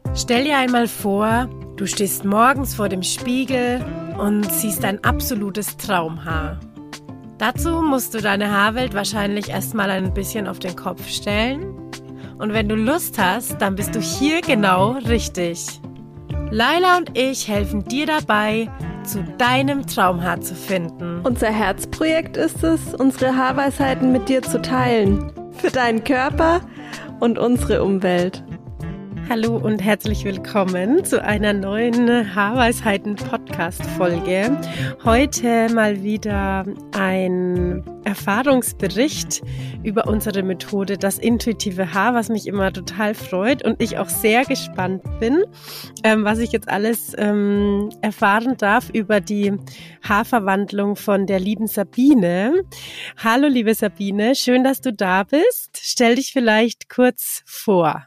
Stell dir einmal vor, du stehst morgens vor dem Spiegel und siehst ein absolutes Traumhaar. Dazu musst du deine Haarwelt wahrscheinlich erstmal ein bisschen auf den Kopf stellen. Und wenn du Lust hast, dann bist du hier genau richtig. Laila und ich helfen dir dabei, zu deinem Traumhaar zu finden. Unser Herzprojekt ist es, unsere Haarweisheiten mit dir zu teilen. Für deinen Körper und unsere Umwelt. Hallo und herzlich willkommen zu einer neuen Haarweisheiten-Podcast-Folge. Heute mal wieder ein Erfahrungsbericht über unsere Methode, das intuitive Haar, was mich immer total freut und ich auch sehr gespannt bin, was ich jetzt alles erfahren darf über die Haarverwandlung von der lieben Sabine. Hallo liebe Sabine, schön, dass du da bist. Stell dich vielleicht kurz vor.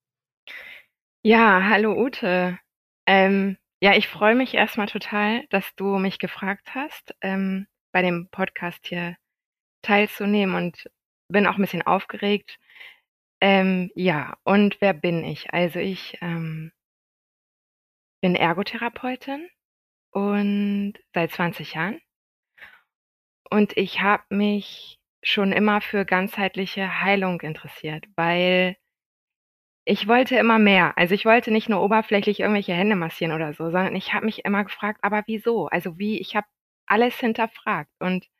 Ja, hallo Ute. Ich freue mich erstmal total, dass du mich gefragt hast, bei dem Podcast hier teilzunehmen und bin auch ein bisschen aufgeregt. Und wer bin ich? Also ich bin Ergotherapeutin und seit 20 Jahren und ich habe mich schon immer für ganzheitliche Heilung interessiert, weil ich wollte immer mehr. Also, ich wollte nicht nur oberflächlich irgendwelche Hände massieren oder so, sondern ich habe mich immer gefragt: „Aber wieso?“ Also, wie ich habe alles hinterfragt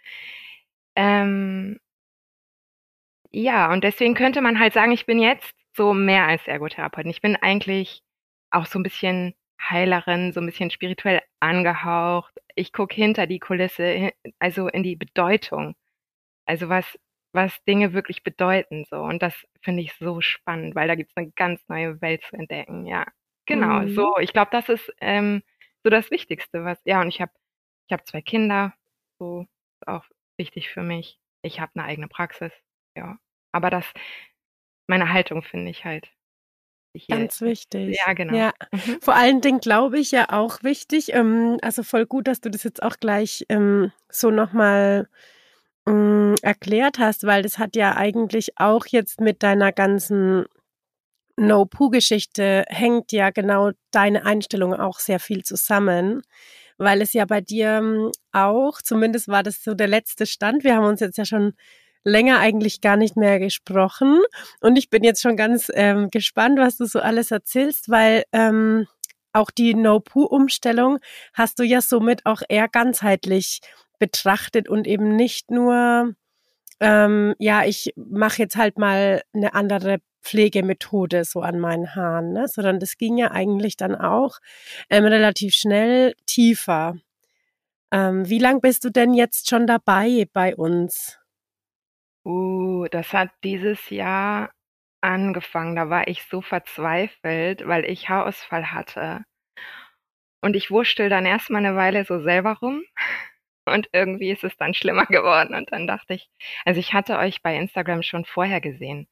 ähm, und deswegen könnte man halt sagen, ich bin jetzt so mehr als Ergotherapeutin. Ich bin eigentlich auch so 'n bisschen Heilerin, so 'n bisschen spirituell angehaucht. Ich gucke hinter die Kulisse, also in die Bedeutung. Also, was Dinge wirklich bedeuten so. Und das finde ich so spannend, weil da gibt's 'ne ganz neue Welt zu entdecken, ja. Genau, Mhm. so. Ich glaube, das ist, so das Wichtigste, und ich habe 2 Kinder, so, ist auch wichtig für mich. Ich habe 'ne eigene Praxis, ja. Aber meine Haltung finde ich halt hier, Ganz wichtig. ja, genau. Ja, Mhm. vor allen Dingen glaube ich ja auch wichtig, also voll gut, dass du das jetzt auch gleich so nochmal erklärt hast, weil das hat ja eigentlich auch jetzt mit deiner ganzen No-Poo-Geschichte hängt ja genau deine Einstellung auch sehr viel zusammen, weil es ja bei dir auch, zumindest war das so der letzte Stand, wir haben uns jetzt ja schon länger eigentlich gar nicht mehr gesprochen und ich bin jetzt schon ganz gespannt, was du so alles erzählst, weil auch die No-Poo-Umstellung hast du ja somit auch eher ganzheitlich betrachtet und eben nicht nur ich mache jetzt halt mal eine andere Pflegemethode so an meinen Haaren, ne? Sondern das ging ja eigentlich dann auch relativ schnell tiefer. Wie lang bist du denn jetzt schon dabei bei uns? Das hat dieses Jahr angefangen. Da war ich so verzweifelt, weil ich Haarausfall hatte. Und ich wurschtel dann erst mal 'ne Weile so selber rum und irgendwie ist es dann schlimmer geworden und dann dachte ich, also, ich hatte euch bei Instagram schon vorher gesehen.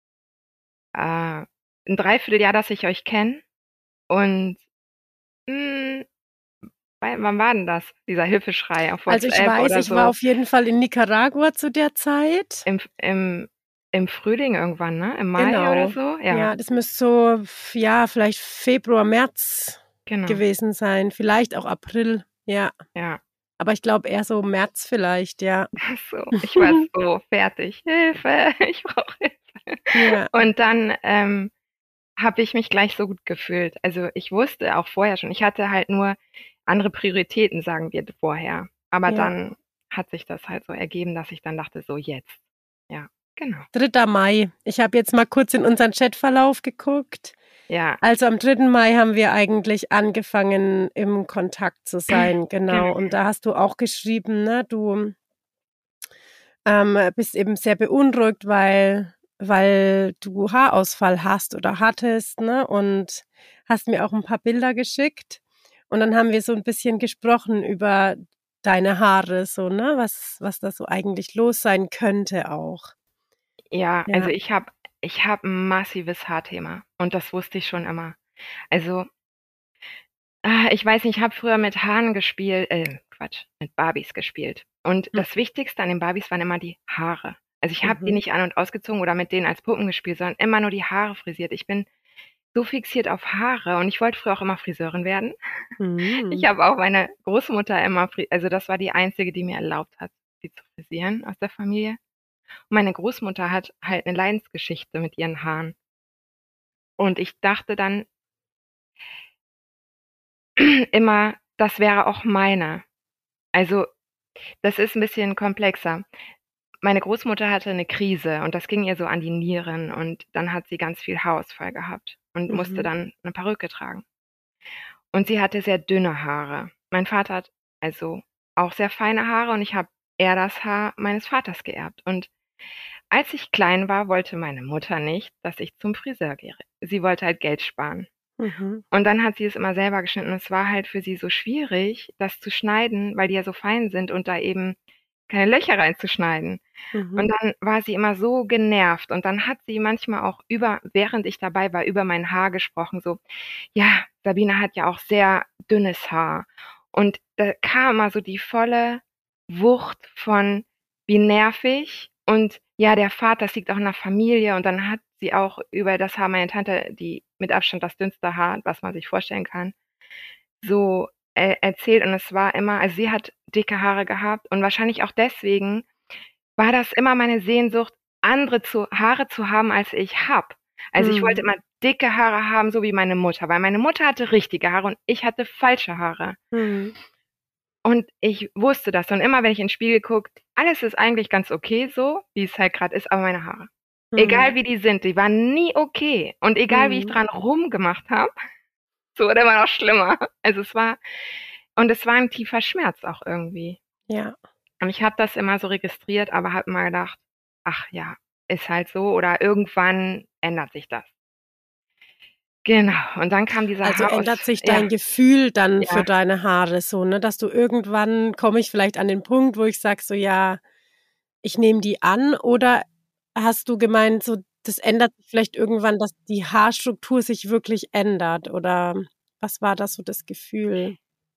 'N Dreivierteljahr, dass ich euch kenne und, hm, wann war denn das? Dieser Hilfeschrei auf Also, ich WhatsApp weiß, oder ich war so auf jeden Fall in Nicaragua zu der Zeit. im Frühling irgendwann, ne? Im Mai oder Genau. so? Ja, Ja, das müsste so, ja, vielleicht Februar, März genau. gewesen sein, vielleicht auch April, ja. Ja. Aber ich glaube eher so März vielleicht, ja. Ach so, ich war so fertig. Hilfe, ich brauche Hilfe. Ja, Und dann, habe ich mich gleich so gut gefühlt. Also, ich wusste auch vorher schon, ich hatte halt nur andere Prioritäten, sagen wir vorher. Aber ja. dann hat sich das halt so ergeben, dass ich dann dachte: „So jetzt.“ Ja, genau. 3. Mai. Ich habe jetzt mal kurz in unseren Chatverlauf geguckt. Ja, Also am 3. Mai haben wir eigentlich angefangen, im Kontakt zu sein, genau. genau. Und da hast du auch geschrieben, ne, du bist eben sehr beunruhigt, weil du Haarausfall hast oder hattest, ne? Und hast mir auch ein paar Bilder geschickt. Und dann haben wir so ein bisschen gesprochen über deine Haare, so, ne, was da so eigentlich los sein könnte auch. Ja, also Ja. ich habe 'n massives Haarthema und das wusste ich schon immer. Also, ich weiß nicht, ich habe früher mit Haaren gespielt, Quatsch, mit Barbies gespielt. Und Hm. das Wichtigste an den Barbies waren immer die Haare. Also, ich habe die Mhm. nicht an und ausgezogen oder mit denen als Puppen gespielt, sondern immer nur die Haare frisiert. Ich bin so fixiert auf Haare und ich wollte früher auch immer Friseurin werden. Mhm. Ich habe auch meine Großmutter immer, also das war die einzige, die mir erlaubt hat, sie zu frisieren aus der Familie. Und meine Großmutter hat halt eine Leidensgeschichte mit ihren Haaren. Und ich dachte dann immer, das wäre auch meine. Also das ist ein bisschen komplexer. Meine Großmutter hatte eine Krise und das ging ihr so an die Nieren und dann hat sie ganz viel Haarausfall gehabt und musste Mhm. dann eine Perücke tragen. Und sie hatte sehr dünne Haare. Mein Vater hat also auch sehr feine Haare und ich habe eher das Haar meines Vaters geerbt. Und als ich klein war, wollte meine Mutter nicht, dass ich zum Friseur gehe. Sie wollte halt Geld sparen. Mhm. Und dann hat sie es immer selber geschnitten. Es war halt für sie so schwierig, das zu schneiden, weil die ja so fein sind und da eben keine Löcher reinzuschneiden. Und Mhm. dann war sie immer so genervt und dann hat sie manchmal auch während ich dabei war, über mein Haar gesprochen, so, ja, Sabine hat ja auch sehr dünnes Haar. Und da kam immer so die volle Wucht von, wie nervig und ja, der Vater, das liegt auch in der Familie und dann hat sie auch über das Haar meiner Tante, die mit Abstand das dünnste Haar, was man sich vorstellen kann, so erzählt und es war immer, also sie hat dicke Haare gehabt und wahrscheinlich auch deswegen war das immer meine Sehnsucht, Haare zu haben, als ich habe. Also ich wollte Mhm. immer dicke Haare haben, so wie meine Mutter, weil meine Mutter hatte richtige Haare und ich hatte falsche Haare. Mhm. Und ich wusste das. Und immer, wenn ich in den Spiegel gucke, alles ist eigentlich ganz okay so, wie es halt gerade ist, aber meine Haare. Egal Mhm. wie die sind, die waren nie okay. Und egal wie ich Mhm. dran rumgemacht habe, so wurde immer noch schlimmer. Und es war ein tiefer Schmerz auch irgendwie. Ja. Und ich habe das immer so registriert, aber habe immer gedacht, ach ja, ist halt so oder irgendwann ändert sich das. Genau. Und dann kam dieser Also Haaraus ändert sich ja, dein Gefühl dann für ja. deine Haare so, ne, dass du irgendwann komme ich vielleicht an den Punkt, wo ich sage so: „Ja, ich nehme die an“, oder hast du gemeint, so das ändert sich vielleicht irgendwann, dass die Haarstruktur sich wirklich ändert oder was war das so das Gefühl?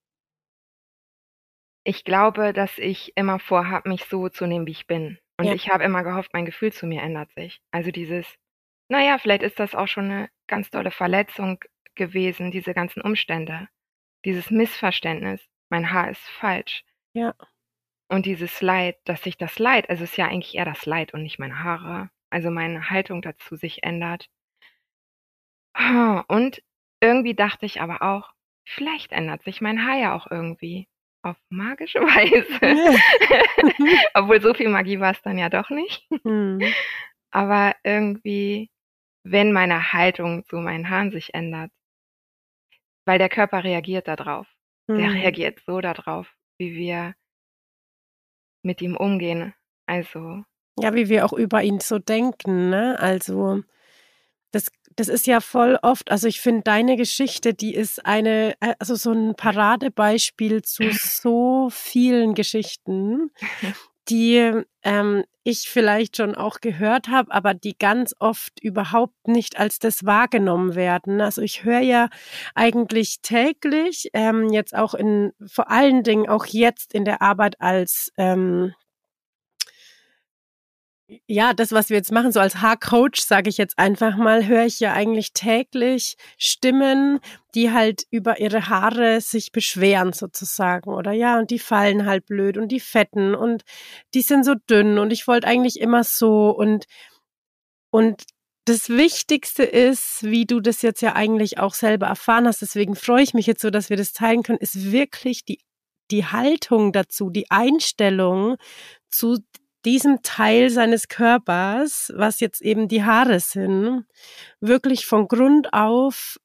Ich glaube, dass ich immer vorhabe, mich so zu nehmen, wie ich bin. Und Ja. ich habe immer gehofft, mein Gefühl zu mir ändert sich. Also dieses, na ja, vielleicht ist das auch schon 'ne ganz dolle Verletzung gewesen, diese ganzen Umstände, dieses Missverständnis, mein Haar ist falsch Ja. und dieses Leid, dass sich das Leid also, es ist ja eigentlich eher das Leid und nicht meine Haare, also meine Haltung dazu sich ändert. Und irgendwie dachte ich aber auch, vielleicht ändert sich mein Haar ja auch irgendwie auf magische Weise. Obwohl so viel Magie war es dann ja doch nicht. Mhm. Aber irgendwie, wenn meine Haltung zu meinen Haaren sich ändert, weil der Körper reagiert da drauf. Der Mhm. reagiert so da drauf, wie wir mit ihm umgehen. Also, Ja, wie wir auch über ihn so denken, ne? Also, das ist ja voll oft also, ich finde, deine Geschichte, die ist also, so 'n Paradebeispiel zu so vielen Geschichten, die, ich vielleicht schon auch gehört habe, aber die ganz oft überhaupt nicht als das wahrgenommen werden. Also, ich höre ja eigentlich täglich, jetzt auch vor allen Dingen auch jetzt in der Arbeit als, ja, das, was wir jetzt machen, so als Haarcoach, sage ich jetzt einfach mal, höre ich ja eigentlich täglich Stimmen, die halt über ihre Haare sich beschweren sozusagen oder ja, und die fallen halt blöd und die fetten und die sind so dünn und ich wollte eigentlich immer so und das Wichtigste ist, wie du das jetzt ja eigentlich auch selber erfahren hast, deswegen freue ich mich jetzt so, dass wir das teilen können, ist wirklich die Haltung dazu, die Einstellung zu diesem Teil seines Körpers, was jetzt eben die Haare sind, wirklich von Grund auf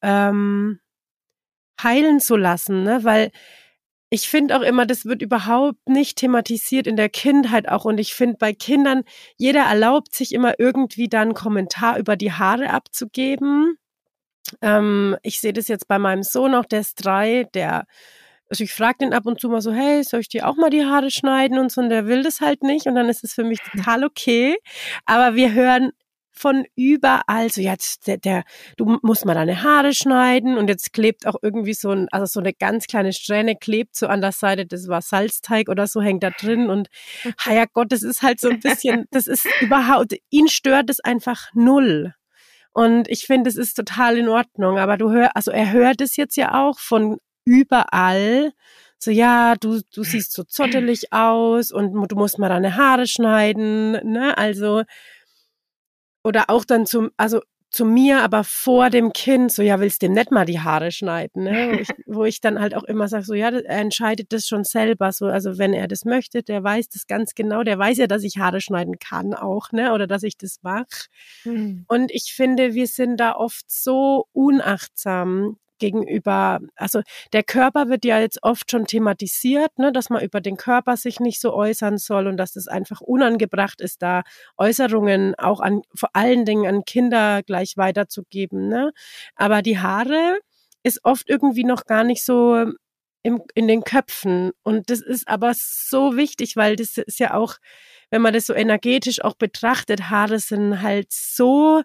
heilen zu lassen, ne? Weil ich finde auch immer, das wird überhaupt nicht thematisiert in der Kindheit auch. Und ich finde bei Kindern, jeder erlaubt sich immer irgendwie dann einen Kommentar über die Haare abzugeben. Ich sehe das jetzt bei meinem Sohn auch, der ist 3, also ich frage den ab und zu mal so, hey, soll ich dir auch mal die Haare schneiden und so, und der will das halt nicht und dann ist es für mich total okay. Aber wir hören von überall so, jetzt du musst mal deine Haare schneiden und jetzt klebt auch irgendwie also so eine ganz kleine Strähne klebt so an der Seite, das war Salzteig oder so, hängt da drin und ja Gott, das ist halt so ein bisschen, das ist überhaupt, ihn stört es einfach null. Und ich finde, es ist total in Ordnung. Aber er hört es jetzt ja auch von überall. So, ja, du siehst so zottelig aus und du musst mal deine Haare schneiden, ne? Also, oder auch dann zu mir, aber vor dem Kind, so, ja, willst dem nicht mal die Haare schneiden, ne? Wo ich dann halt auch immer sage, so, ja, er entscheidet das schon selber, so, also wenn er das möchte, der weiß das ganz genau, der weiß ja, dass ich Haare schneiden kann auch, ne, oder dass ich das mache. Und ich finde, wir sind da oft so unachtsam gegenüber, also der Körper wird ja jetzt oft schon thematisiert, ne, dass man über den Körper sich nicht so äußern soll und dass das einfach unangebracht ist, da Äußerungen auch vor allen Dingen an Kinder gleich weiterzugeben, ne. Aber die Haare ist oft irgendwie noch gar nicht so in den Köpfen. Und das ist aber so wichtig, weil das ist ja auch, wenn man das so energetisch auch betrachtet, Haare sind halt so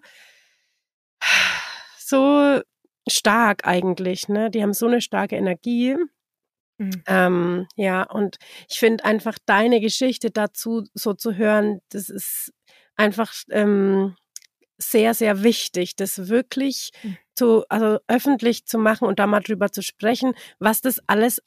stark eigentlich, ne? Die haben so eine starke Energie. Ja, und ich finde einfach deine Geschichte dazu so zu hören, das ist einfach sehr, sehr wichtig, das wirklich also öffentlich zu machen und da mal drüber zu sprechen, was das alles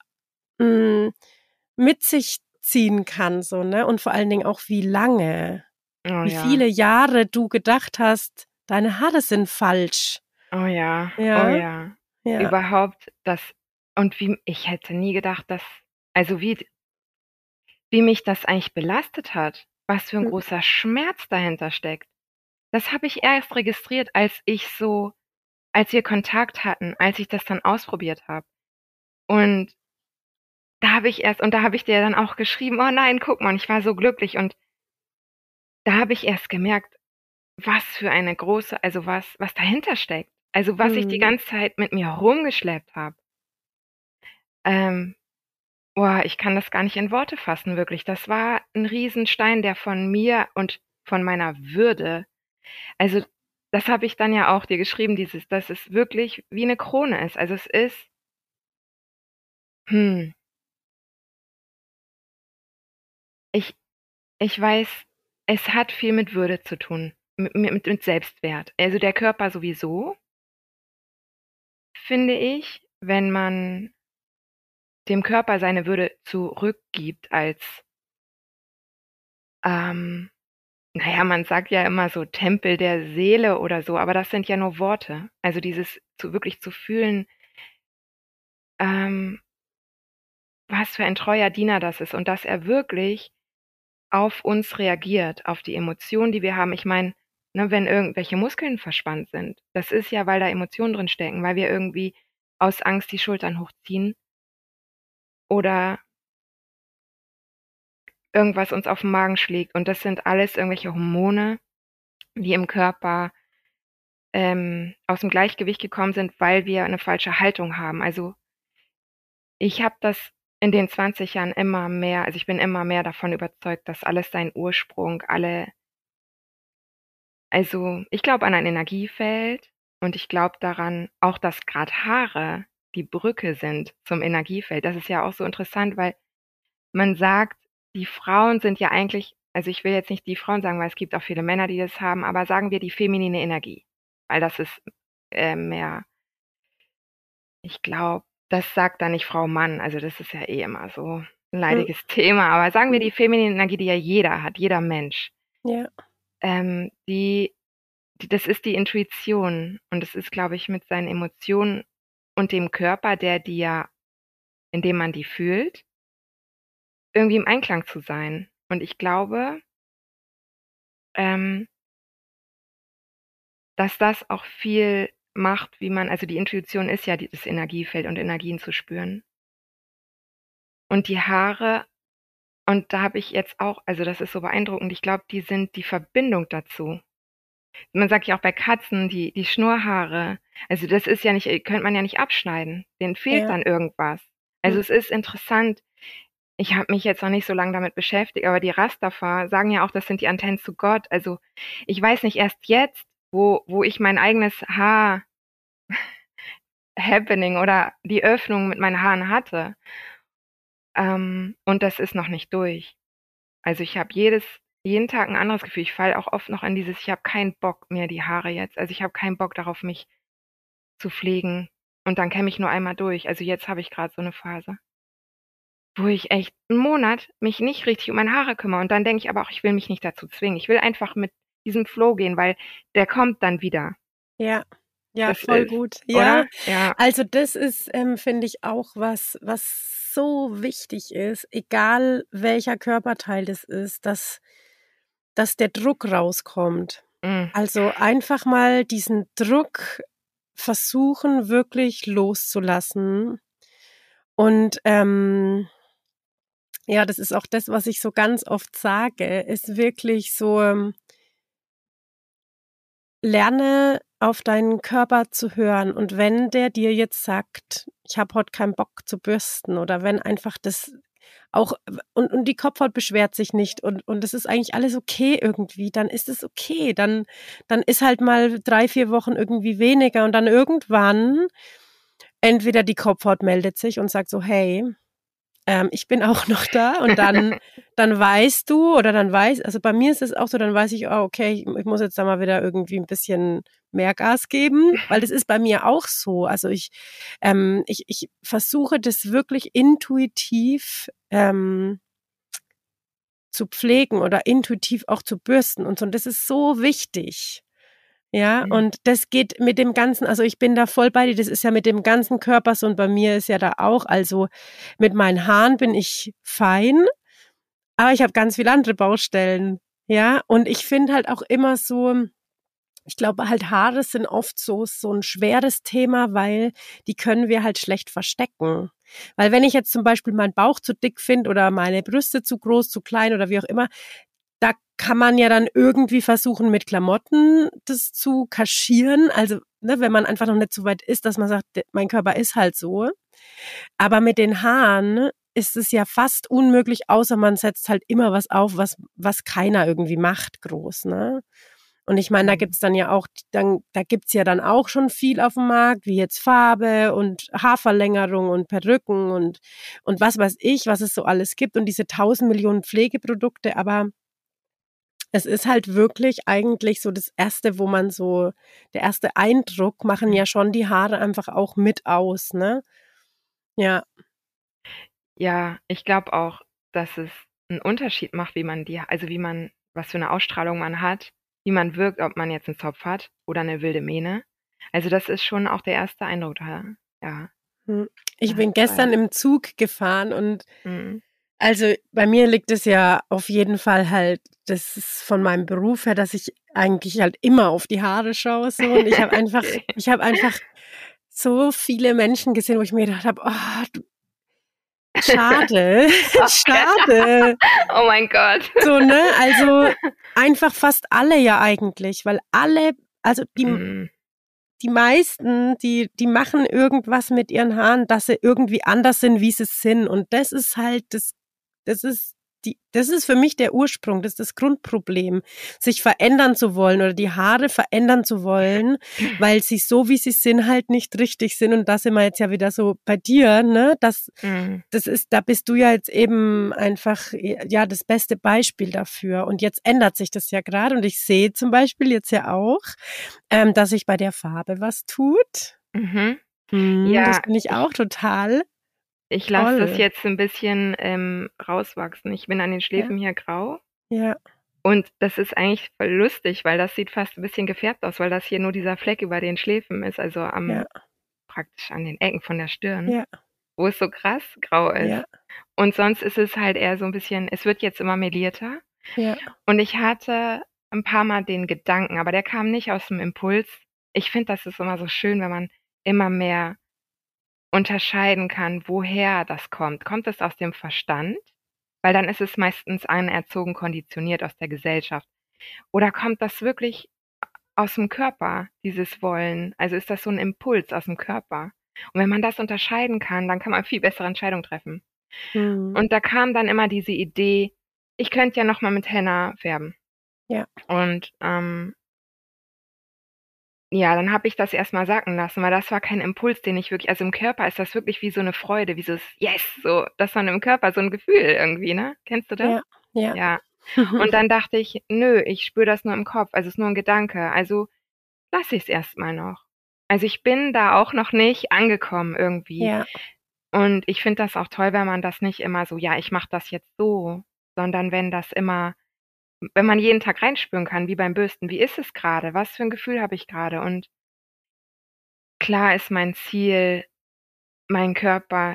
mit sich ziehen kann, so, ne? Und vor allen Dingen auch wie lange, wie viele Jahre du gedacht hast, deine Haare sind falsch. Oh ja, oh Ja, ja. ja. Überhaupt und ich hätte nie gedacht, also wie mich das eigentlich belastet hat, was für ein großer Schmerz dahinter steckt. Das habe ich erst registriert, als wir Kontakt hatten, als ich das dann ausprobiert habe. Und da habe ich dir dann auch geschrieben, oh nein, guck mal, und ich war so glücklich und da habe ich erst gemerkt, was für eine große, also was dahinter steckt. Also was ich die ganze Zeit mit mir rumgeschleppt habe. Ich kann das gar nicht in Worte fassen, wirklich. Das war ein Riesenstein, der von mir und von meiner Würde, also das habe ich dann ja auch dir geschrieben, dass es wirklich wie eine Krone ist. Also es ist, ich, ich weiß, es hat viel mit Würde zu tun, mit Selbstwert. Also der Körper sowieso, finde ich, wenn man dem Körper seine Würde zurückgibt als, naja, man sagt ja immer so Tempel der Seele oder so, aber das sind ja nur Worte. Also dieses wirklich zu fühlen, was für ein treuer Diener das ist und dass er wirklich auf uns reagiert, auf die Emotionen, die wir haben. Ich meine, ne, wenn irgendwelche Muskeln verspannt sind, das ist ja, weil da Emotionen drin stecken, weil wir irgendwie aus Angst die Schultern hochziehen oder irgendwas uns auf den Magen schlägt. Und das sind alles irgendwelche Hormone, die im Körper aus dem Gleichgewicht gekommen sind, weil wir eine falsche Haltung haben. Also ich habe das in den 20 Jahren immer mehr, also ich bin immer mehr davon überzeugt, dass alles seinen Ursprung, also ich glaube an ein Energiefeld und ich glaube daran auch, dass gerade Haare die Brücke sind zum Energiefeld. Das ist ja auch so interessant, weil man sagt, die Frauen sind ja eigentlich, also ich will jetzt nicht die Frauen sagen, weil es gibt auch viele Männer, die das haben, aber sagen wir die feminine Energie, weil das ist mehr, ich glaube, das sagt da nicht Frau Mann, also das ist ja eh immer so ein leidiges Thema, aber sagen wir die feminine Energie, die ja jeder hat, jeder Mensch. Ja. Das ist die Intuition und es ist, glaube ich, mit seinen Emotionen und dem Körper, in dem man die fühlt, irgendwie im Einklang zu sein. Und ich glaube, dass das auch viel macht, also die Intuition ist ja das Energiefeld und Energien zu spüren. Und die Haare, und da habe ich jetzt auch, also das ist so beeindruckend, ich glaube, die sind die Verbindung dazu. Man sagt ja auch bei Katzen, die Schnurrhaare, also das ist ja nicht, könnte man ja nicht abschneiden. Denen fehlt dann irgendwas. Also es ist interessant. Ich habe mich jetzt noch nicht so lange damit beschäftigt, aber die Rastafari sagen ja auch, das sind die Antennen zu Gott. Also ich weiß nicht, erst jetzt, wo ich mein eigenes Haar-Happening oder die Öffnung mit meinen Haaren hatte, und das ist noch nicht durch. Also ich habe jeden Tag ein anderes Gefühl. Ich falle auch oft noch an dieses, ich habe keinen Bock mehr die Haare jetzt. Also ich habe keinen Bock darauf, mich zu pflegen. Und dann kämme ich nur einmal durch. Also jetzt habe ich gerade so eine Phase, wo ich echt einen Monat mich nicht richtig um meine Haare kümmere. Und dann denke ich aber auch, ich will mich nicht dazu zwingen. Ich will einfach mit diesem Flow gehen, weil der kommt dann wieder. Ja, ja, Das voll ist, gut. Ja, oder? Ja. also das ist, finde ich, auch was so wichtig ist, egal welcher Körperteil das ist, dass der Druck rauskommt. Mm. Also einfach mal diesen Druck versuchen, wirklich loszulassen. Und ja, das ist auch das, was ich so ganz oft sage, ist wirklich so, lerne auf deinen Körper zu hören. Und wenn der dir jetzt sagt, ich habe heute keinen Bock zu bürsten, oder wenn einfach das auch, und die Kopfhaut beschwert sich nicht und es ist eigentlich alles okay irgendwie, dann ist es okay. Dann ist halt mal 3, 4 Wochen irgendwie weniger und dann irgendwann entweder die Kopfhaut meldet sich und sagt so, hey, ich bin auch noch da, und dann weißt du, oder dann also bei mir ist es auch so, dann weiß ich, oh, okay, ich muss jetzt da mal wieder irgendwie ein bisschen mehr Gas geben, weil das ist bei mir auch so. Also ich versuche das wirklich intuitiv zu pflegen oder intuitiv auch zu bürsten und so. Und das ist so wichtig. Ja, und das geht mit dem Ganzen, also ich bin da voll bei dir, das ist ja mit dem ganzen Körper so, und bei mir ist ja da auch, also mit meinen Haaren bin ich fein, aber ich habe ganz viele andere Baustellen, ja, und ich finde halt auch immer so, ich glaube halt Haare sind oft so ein schweres Thema, weil die können wir halt schlecht verstecken. Weil wenn ich jetzt zum Beispiel meinen Bauch zu dick finde oder meine Brüste zu groß, zu klein oder wie auch immer, da kann man ja dann irgendwie versuchen, mit Klamotten das zu kaschieren. Also, ne, wenn man einfach noch nicht so weit ist, dass man sagt, mein Körper ist halt so. Aber mit den Haaren ist es ja fast unmöglich, außer man setzt halt immer was auf, was keiner irgendwie macht, groß, ne? Und ich meine, da gibt's dann ja auch, da gibt's ja dann auch schon viel auf dem Markt, wie jetzt Farbe und Haarverlängerung und Perücken und was weiß ich, was es so alles gibt, und diese 1.000 Millionen Pflegeprodukte, aber es ist halt wirklich eigentlich so das Erste, wo man so, der erste Eindruck machen ja schon die Haare einfach auch mit aus, ne? Ja, Ja, ich glaube auch, dass es einen Unterschied macht, was für eine Ausstrahlung man hat, wie man wirkt, ob man jetzt einen Zopf hat oder eine wilde Mähne. Also, das ist schon auch der erste Eindruck da. Ja, hm. da Ich hast bin du recht. gestern im Zug gefahren, und Mhm. also bei mir liegt es ja auf jeden Fall halt, das ist von meinem Beruf her, dass ich eigentlich halt immer auf die Haare schaue, so, und Okay. ich habe einfach so viele Menschen gesehen, wo ich mir gedacht habe, oh, schade, Okay. schade. Oh mein Gott. So, ne? Also einfach fast alle ja eigentlich, weil alle, also Mhm. die meisten, die machen irgendwas mit ihren Haaren, dass sie irgendwie anders sind, wie sie sind. Und das ist halt das ist das ist für mich der Ursprung, das ist das Grundproblem, sich verändern zu wollen oder die Haare verändern zu wollen, weil sie so, wie sie sind, halt nicht richtig sind. Und da sind wir jetzt ja wieder so bei dir, ne? Mhm. Da bist du ja jetzt eben einfach, ja, das beste Beispiel dafür. Und jetzt ändert sich das ja gerade. Und ich sehe zum Beispiel jetzt ja auch, dass sich bei der Farbe was tut. Mhm. Das Ja, finde ich auch total ich lasse das toll. jetzt ein bisschen, rauswachsen. Ich bin an den Ja, Schläfen hier grau ja, und das ist eigentlich voll lustig, weil das sieht fast ein bisschen gefärbt aus, weil das hier nur dieser Fleck über den Schläfen ist, also ja, praktisch an den Ecken von der Stirn, ja, wo es so krass grau ist. ja, Und sonst ist es halt eher so ein bisschen, es wird jetzt immer melierter. ja, Und ich hatte ein paar Mal den Gedanken, aber der kam nicht aus dem Impuls. Ich finde, das ist immer so schön, wenn man immer mehr unterscheiden kann, woher das kommt. Kommt es aus dem Verstand? Weil dann ist es meistens anerzogen konditioniert aus der Gesellschaft. Oder kommt das wirklich aus dem Körper, dieses Wollen? Also ist das so ein Impuls aus dem Körper? Und wenn man das unterscheiden kann, dann kann man viel bessere Entscheidungen treffen. mhm, Und da kam dann immer diese Idee, ich könnte ja noch mal mit Henna färben. ja, Und ja, dann habe ich das erst mal sacken lassen, weil das war kein Impuls, den ich wirklich, also im Körper ist das wirklich wie so eine Freude, wie so das Yes, so, das man im Körper so ein Gefühl irgendwie, ne? Kennst du das? ja, ja. Ja. Und dann dachte ich, nö, ich spüre das nur im Kopf, also es ist nur ein Gedanke, also lasse ich es erstmal noch. Also ich bin da auch noch nicht angekommen irgendwie. Ja. Und ich finde das auch toll, wenn man das nicht immer so, ja, ich mache das jetzt so, sondern wenn man jeden Tag reinspüren kann, wie beim Bürsten, wie ist es gerade, was für ein Gefühl habe ich gerade? Und klar ist mein Ziel, meinen Körper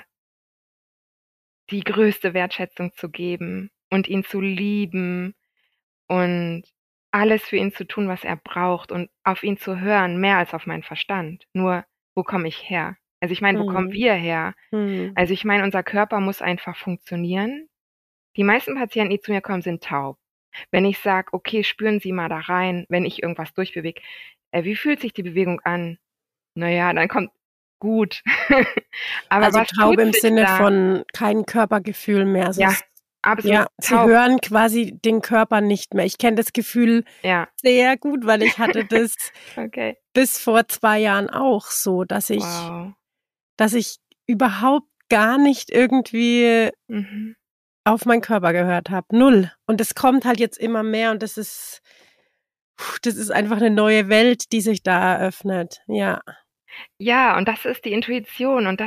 die größte Wertschätzung zu geben und ihn zu lieben und alles für ihn zu tun, was er braucht und auf ihn zu hören, mehr als auf meinen Verstand. Nur, wo komme ich her? Also ich meine, wo kommen wir her? Also ich meine, unser Körper muss einfach funktionieren. Die meisten Patienten, die zu mir kommen, sind taub. Wenn ich sage, okay, spüren Sie mal da rein, wenn ich irgendwas durchbewege, wie fühlt sich die Bewegung an? Naja, dann kommt gut. Aber Also was taub tut im sich Sinne da? von kein Körpergefühl mehr. Also Ja, absolut ja, sie taub. hören quasi den Körper nicht mehr. Ich kenne das Gefühl Ja, sehr gut, weil ich hatte das okay. bis vor 2 Jahren auch so, dass ich überhaupt gar nicht irgendwie Mhm. auf meinen Körper gehört habe. Null. Und es kommt halt jetzt immer mehr und das ist einfach eine neue Welt, die sich da eröffnet. Ja. Ja, und das ist die Intuition und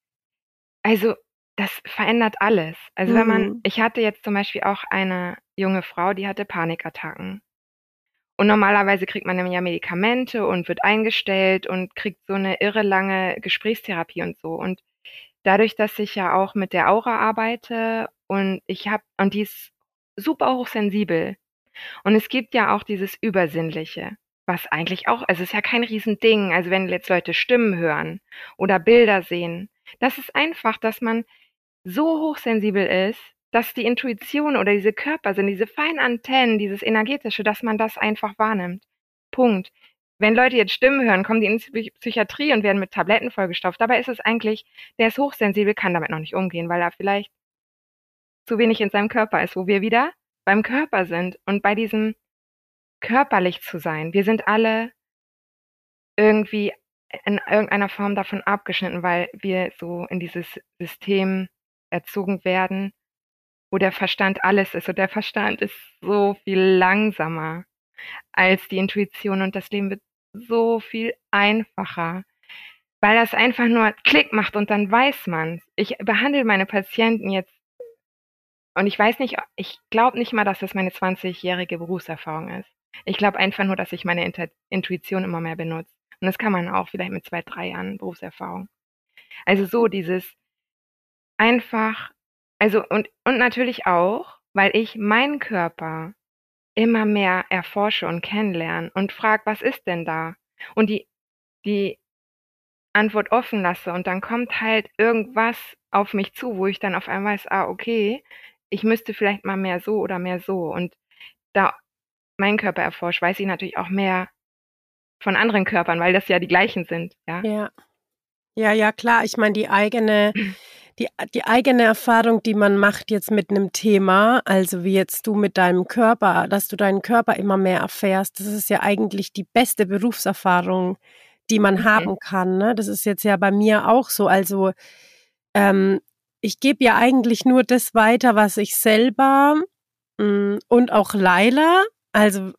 also das verändert alles. Also ich hatte jetzt zum Beispiel auch eine junge Frau, die hatte Panikattacken. Und normalerweise kriegt man dann ja Medikamente und wird eingestellt und kriegt so eine irre lange Gesprächstherapie und so. Und dadurch, dass ich ja auch mit der Aura arbeite und die ist super hochsensibel. Und es gibt ja auch dieses Übersinnliche, was eigentlich auch, also es ist ja kein Riesending. Also wenn jetzt Leute Stimmen hören oder Bilder sehen, das ist einfach, dass man so hochsensibel ist, dass die Intuition oder diese Körper sind, diese feinen Antennen, dieses Energetische, dass man das einfach wahrnimmt. Punkt. Wenn Leute jetzt Stimmen hören, kommen die in die Psychiatrie und werden mit Tabletten vollgestopft. Dabei ist es eigentlich, der ist hochsensibel, kann damit noch nicht umgehen, weil er vielleicht zu wenig in seinem Körper ist, wo wir wieder beim Körper sind und bei diesem körperlich zu sein. Wir sind alle irgendwie in irgendeiner Form davon abgeschnitten, weil wir so in dieses System erzogen werden, wo der Verstand alles ist. Und der Verstand ist so viel langsamer als die Intuition und das Leben wird so viel einfacher, weil das einfach nur Klick macht und dann weiß man's. Ich behandle meine Patienten jetzt und ich glaube nicht mal, dass das meine 20-jährige Berufserfahrung ist. Ich glaube einfach nur, dass ich meine Intuition immer mehr benutze. Und das kann man auch vielleicht mit 2, 3 Jahren Berufserfahrung. Also so dieses einfach, also und natürlich auch, weil ich meinen Körper immer mehr erforsche und kennenlerne und frage, was ist denn da? Und die Antwort offen lasse und dann kommt halt irgendwas auf mich zu, wo ich dann auf einmal weiß, okay, ich müsste vielleicht mal mehr so oder mehr so. Und da meinen Körper erforsche, weiß ich natürlich auch mehr von anderen Körpern, weil das ja die gleichen sind, ja. Ja. Ja, klar. Ich meine, die eigene Erfahrung, die man macht jetzt mit einem Thema, also wie jetzt du mit deinem Körper, dass du deinen Körper immer mehr erfährst, das ist ja eigentlich die beste Berufserfahrung, die man haben kann, ne? Das ist jetzt ja bei mir auch so. Also ich gebe ja eigentlich nur das weiter, was ich selber und auch Laila, also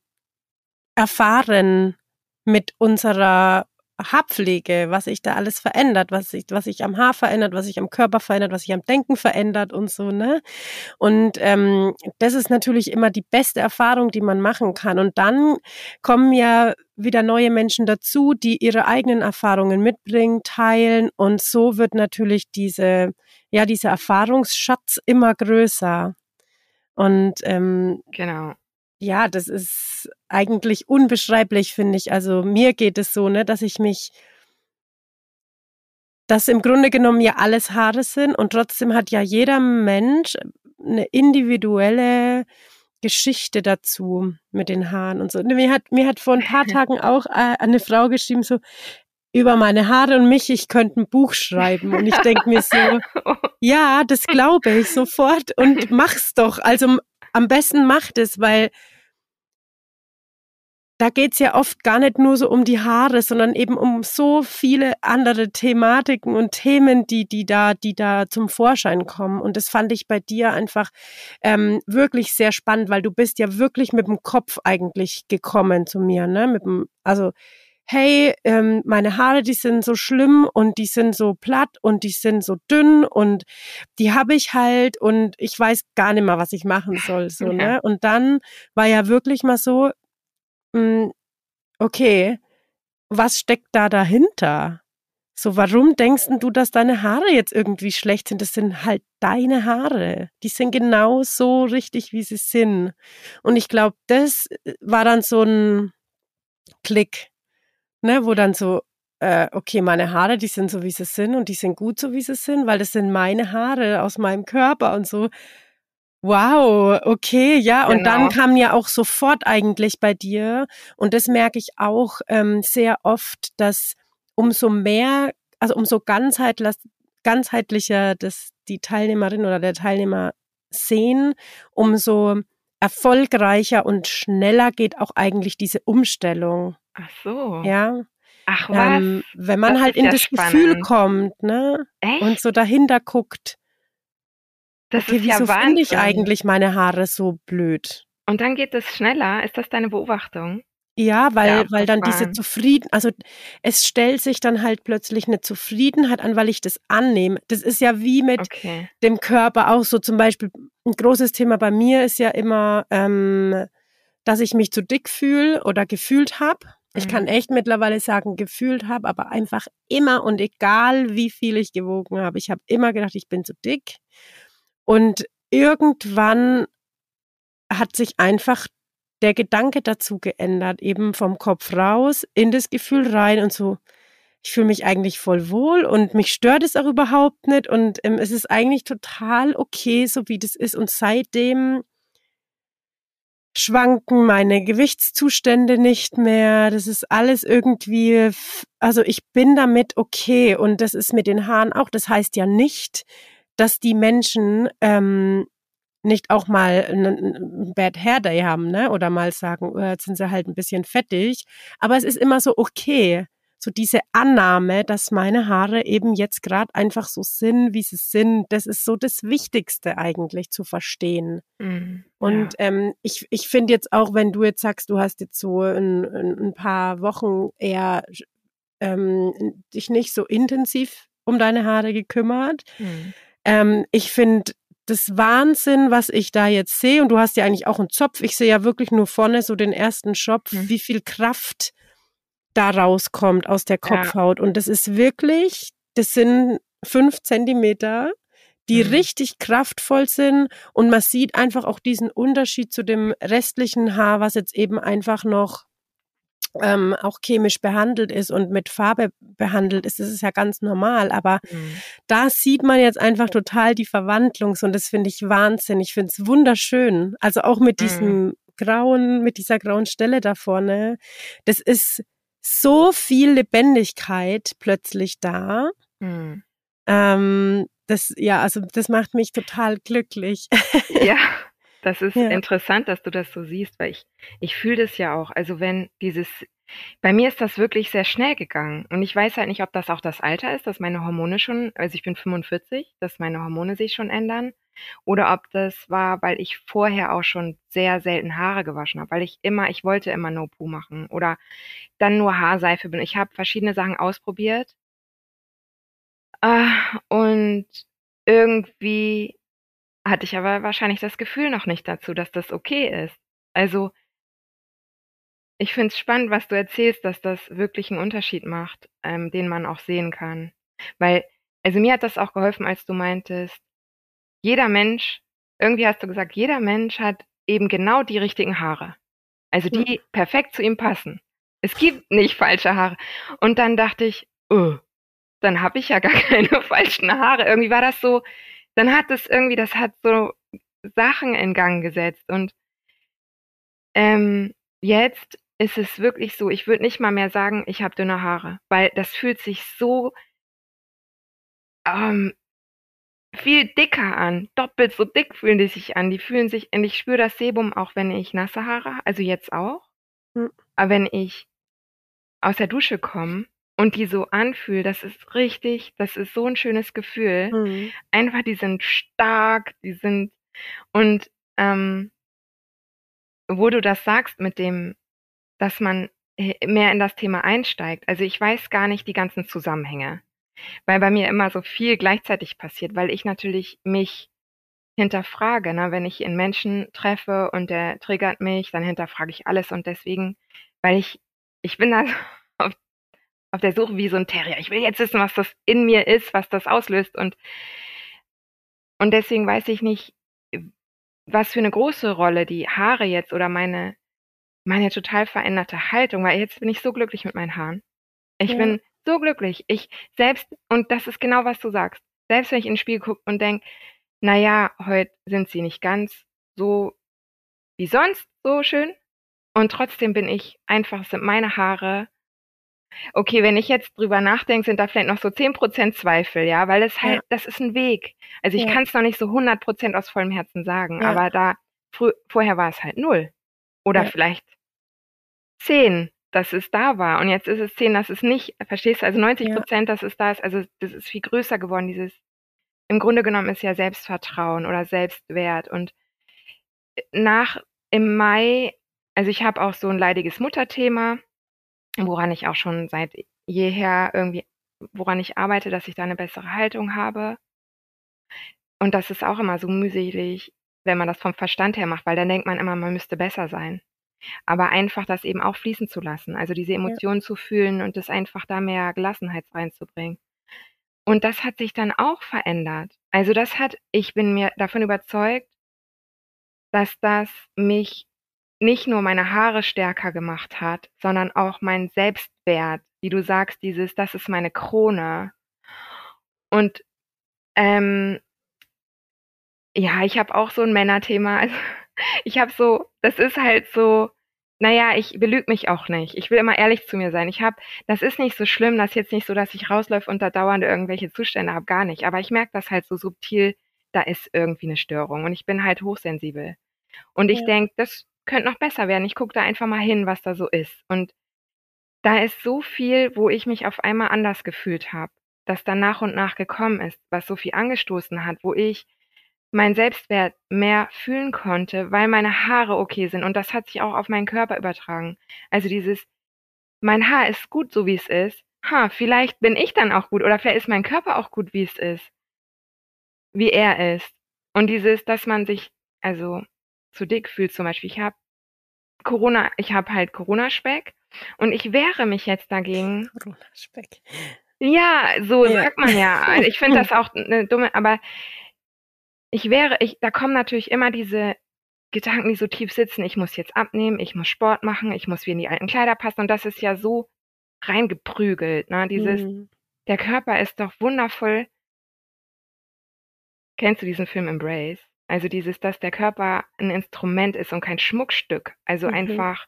erfahren mit unserer Haarpflege, was sich da alles verändert, was sich am Haar verändert, was sich am Körper verändert, was sich am Denken verändert und so, ne? Und das ist natürlich immer die beste Erfahrung, die man machen kann. Und dann kommen ja wieder neue Menschen dazu, die ihre eigenen Erfahrungen mitbringen, teilen. Und so wird natürlich dieser Erfahrungsschatz immer größer. Und Genau. ja, das ist eigentlich unbeschreiblich, finde ich. Also mir geht es so, ne, dass im Grunde genommen ja alles Haare sind und trotzdem hat ja jeder Mensch eine individuelle Geschichte dazu mit den Haaren und so. Mir hat vor ein paar Tagen auch eine Frau geschrieben, so über meine Haare und mich, ich könnte ein Buch schreiben. Und ich denke mir so, ja, das glaube ich sofort und mach's doch. Also am besten macht es, weil da geht's ja oft gar nicht nur so um die Haare, sondern eben um so viele andere Thematiken und Themen, die da zum Vorschein kommen. Und das fand ich bei dir einfach wirklich sehr spannend, weil du bist ja wirklich mit dem Kopf eigentlich gekommen zu mir, ne? Also hey, meine Haare, die sind so schlimm und die sind so platt und die sind so dünn und die habe ich halt und ich weiß gar nicht mehr, was ich machen soll, so, ne? Und dann war ja wirklich mal so, okay, was steckt da dahinter? So, warum denkst denn du, dass deine Haare jetzt irgendwie schlecht sind? Das sind halt deine Haare. Die sind genau so richtig, wie sie sind. Und ich glaube, das war dann so ein Klick, ne, wo dann so, okay, meine Haare, die sind so, wie sie sind und die sind gut so, wie sie sind, weil das sind meine Haare aus meinem Körper und so. Wow, okay, ja. Und dann kam ja auch sofort eigentlich bei dir, und das merke ich auch sehr oft, dass umso mehr, also umso ganzheitlicher das die Teilnehmerin oder der Teilnehmer sehen, umso erfolgreicher und schneller geht auch eigentlich diese Umstellung. Ach so. Ja. Ach was? Wenn man Das halt ist in ja das spannend. Gefühl kommt, ne? Echt? Und so dahinter guckt. Das Okay, ist ja wieso finde ich Wahnsinn. eigentlich meine Haare so blöd? Und dann geht es schneller. Ist das deine Beobachtung? Ja, weil dann diese abgefahren. also es stellt sich dann halt plötzlich eine Zufriedenheit an, weil ich das annehme. Das ist ja wie mit dem Körper auch so. Zum Beispiel ein großes Thema bei mir ist ja immer, dass ich mich zu dick fühle oder gefühlt habe. Ich kann echt mittlerweile sagen, gefühlt habe, aber einfach immer und egal, wie viel ich gewogen habe. Ich habe immer gedacht, ich bin zu dick. Und irgendwann hat sich einfach der Gedanke dazu geändert, eben vom Kopf raus, in das Gefühl rein und so, ich fühle mich eigentlich voll wohl und mich stört es auch überhaupt nicht und es ist eigentlich total okay, so wie das ist, und seitdem schwanken meine Gewichtszustände nicht mehr, das ist alles irgendwie, also ich bin damit okay, und das ist mit den Haaren auch, das heißt ja nicht, dass die Menschen nicht auch mal ein Bad Hair Day haben, ne? Oder mal sagen, jetzt sind sie halt ein bisschen fettig. Aber es ist immer so okay. So diese Annahme, dass meine Haare eben jetzt gerade einfach so sind, wie sie sind, das ist so das Wichtigste eigentlich zu verstehen. Und ich finde jetzt auch, wenn du jetzt sagst, du hast jetzt so ein paar Wochen eher dich nicht so intensiv um deine Haare gekümmert. Ich finde das Wahnsinn, was ich da jetzt sehe, und du hast ja eigentlich auch einen Zopf, ich sehe ja wirklich nur vorne so den ersten Schopf, wie viel Kraft da rauskommt aus der Kopfhaut. Und das ist wirklich, das sind 5 Zentimeter, die richtig kraftvoll sind, und man sieht einfach auch diesen Unterschied zu dem restlichen Haar, was jetzt eben einfach noch auch chemisch behandelt ist und mit Farbe behandelt ist. Das ist ja ganz normal, aber da sieht man jetzt einfach total die Verwandlung, und das finde ich Wahnsinn. Ich finde es wunderschön. Also auch mit diesem mit dieser grauen Stelle da vorne. Das ist so viel Lebendigkeit plötzlich da. Das macht mich total glücklich. Ja, das ist interessant, dass du das so siehst, weil ich fühle das ja auch. Also bei mir ist das wirklich sehr schnell gegangen. Und ich weiß halt nicht, ob das auch das Alter ist, dass meine Hormone schon, also ich bin 45, dass meine Hormone sich schon ändern. Oder ob das war, weil ich vorher auch schon sehr selten Haare gewaschen habe, weil ich wollte immer No-Poo machen oder dann nur Haarseife bin. Ich habe verschiedene Sachen ausprobiert. Und irgendwie hatte ich aber wahrscheinlich das Gefühl noch nicht dazu, dass das okay ist. Also, ich finde es spannend, was du erzählst, dass das wirklich einen Unterschied macht, den man auch sehen kann. Weil, also mir hat das auch geholfen, als du meintest, jeder Mensch, irgendwie hast du gesagt, jeder Mensch hat eben genau die richtigen Haare. Also die perfekt zu ihm passen. Es gibt nicht falsche Haare. Und dann dachte ich, dann habe ich ja gar keine falschen Haare. Irgendwie war das so, das hat so Sachen in Gang gesetzt. Und jetzt ist es wirklich so, ich würde nicht mal mehr sagen, ich habe dünne Haare, weil das fühlt sich so viel dicker an. Doppelt so dick fühlen die sich an. Und ich spüre das Sebum auch, wenn ich nasse Haare habe, also jetzt auch. Aber wenn ich aus der Dusche komme und die so anfühle, das ist so ein schönes Gefühl. Mhm. Einfach, die sind stark, und wo du das sagst mit dem, dass man mehr in das Thema einsteigt. Also ich weiß gar nicht die ganzen Zusammenhänge, weil bei mir immer so viel gleichzeitig passiert, weil ich natürlich mich hinterfrage, ne? Wenn ich einen Menschen treffe und der triggert mich, dann hinterfrage ich alles und deswegen, weil ich bin da auf der Suche wie so ein Terrier. Ich will jetzt wissen, was das in mir ist, was das auslöst und deswegen weiß ich nicht, was für eine große Rolle die Haare jetzt oder meine total veränderte Haltung, weil jetzt bin ich so glücklich mit meinen Haaren. Ich Ja. bin so glücklich. Und das ist genau, was du sagst. Selbst wenn ich in den Spiegel gucke und denke, na ja, heute sind sie nicht ganz so wie sonst so schön und trotzdem sind meine Haare. Okay, wenn ich jetzt drüber nachdenke, sind da vielleicht noch so 10% Zweifel, ja, weil es halt, das ist ein Weg. Also ich Ja. kann es noch nicht so 100% aus vollem Herzen sagen, Ja. aber vorher war es halt 0 oder Ja. vielleicht 10, dass es da war und jetzt ist es 10, dass es nicht, verstehst du? Also 90%, dass es da ist, also das ist viel größer geworden, im Grunde genommen ist ja Selbstvertrauen oder Selbstwert und im Mai, also ich habe auch so ein leidiges Mutterthema, woran ich auch schon seit jeher woran ich arbeite, dass ich da eine bessere Haltung habe. Und das ist auch immer so mühselig, wenn man das vom Verstand her macht, weil dann denkt man immer, man müsste besser sein. Aber einfach das eben auch fließen zu lassen, also diese Emotionen zu fühlen und das einfach da mehr Gelassenheit reinzubringen. Und das hat sich dann auch verändert. Also ich bin mir davon überzeugt, dass das mich nicht nur meine Haare stärker gemacht hat, sondern auch mein Selbstwert, wie du sagst, das ist meine Krone. Und ja, ich habe auch so ein Männerthema. Also, das ist halt so, naja, ich belüge mich auch nicht. Ich will immer ehrlich zu mir sein. Das ist nicht so schlimm, das ist jetzt nicht so, dass ich rausläufe und da dauernd irgendwelche Zustände habe, gar nicht. Aber ich merke das halt so subtil, da ist irgendwie eine Störung und ich bin halt hochsensibel. Und ich Ja. denke, das könnte noch besser werden. Ich gucke da einfach mal hin, was da so ist. Und da ist so viel, wo ich mich auf einmal anders gefühlt habe, das dann nach und nach gekommen ist, was so viel angestoßen hat, wo ich meinen Selbstwert mehr fühlen konnte, weil meine Haare okay sind. Und das hat sich auch auf meinen Körper übertragen. Also mein Haar ist gut, so wie es ist. Vielleicht bin ich dann auch gut oder vielleicht ist mein Körper auch gut, wie es ist, wie er ist. Und dass man sich also zu dick fühlt zum Beispiel. Ich habe halt Corona-Speck und ich wehre mich jetzt dagegen. Corona-Speck. Ja, so sagt man ja. Also ich finde das auch eine dumme, aber da kommen natürlich immer diese Gedanken, die so tief sitzen. Ich muss jetzt abnehmen, ich muss Sport machen, ich muss wie in die alten Kleider passen und das ist ja so reingeprügelt, ne? Der Körper ist doch wundervoll. Kennst du diesen Film Embrace? Also dass der Körper ein Instrument ist und kein Schmuckstück. Also einfach,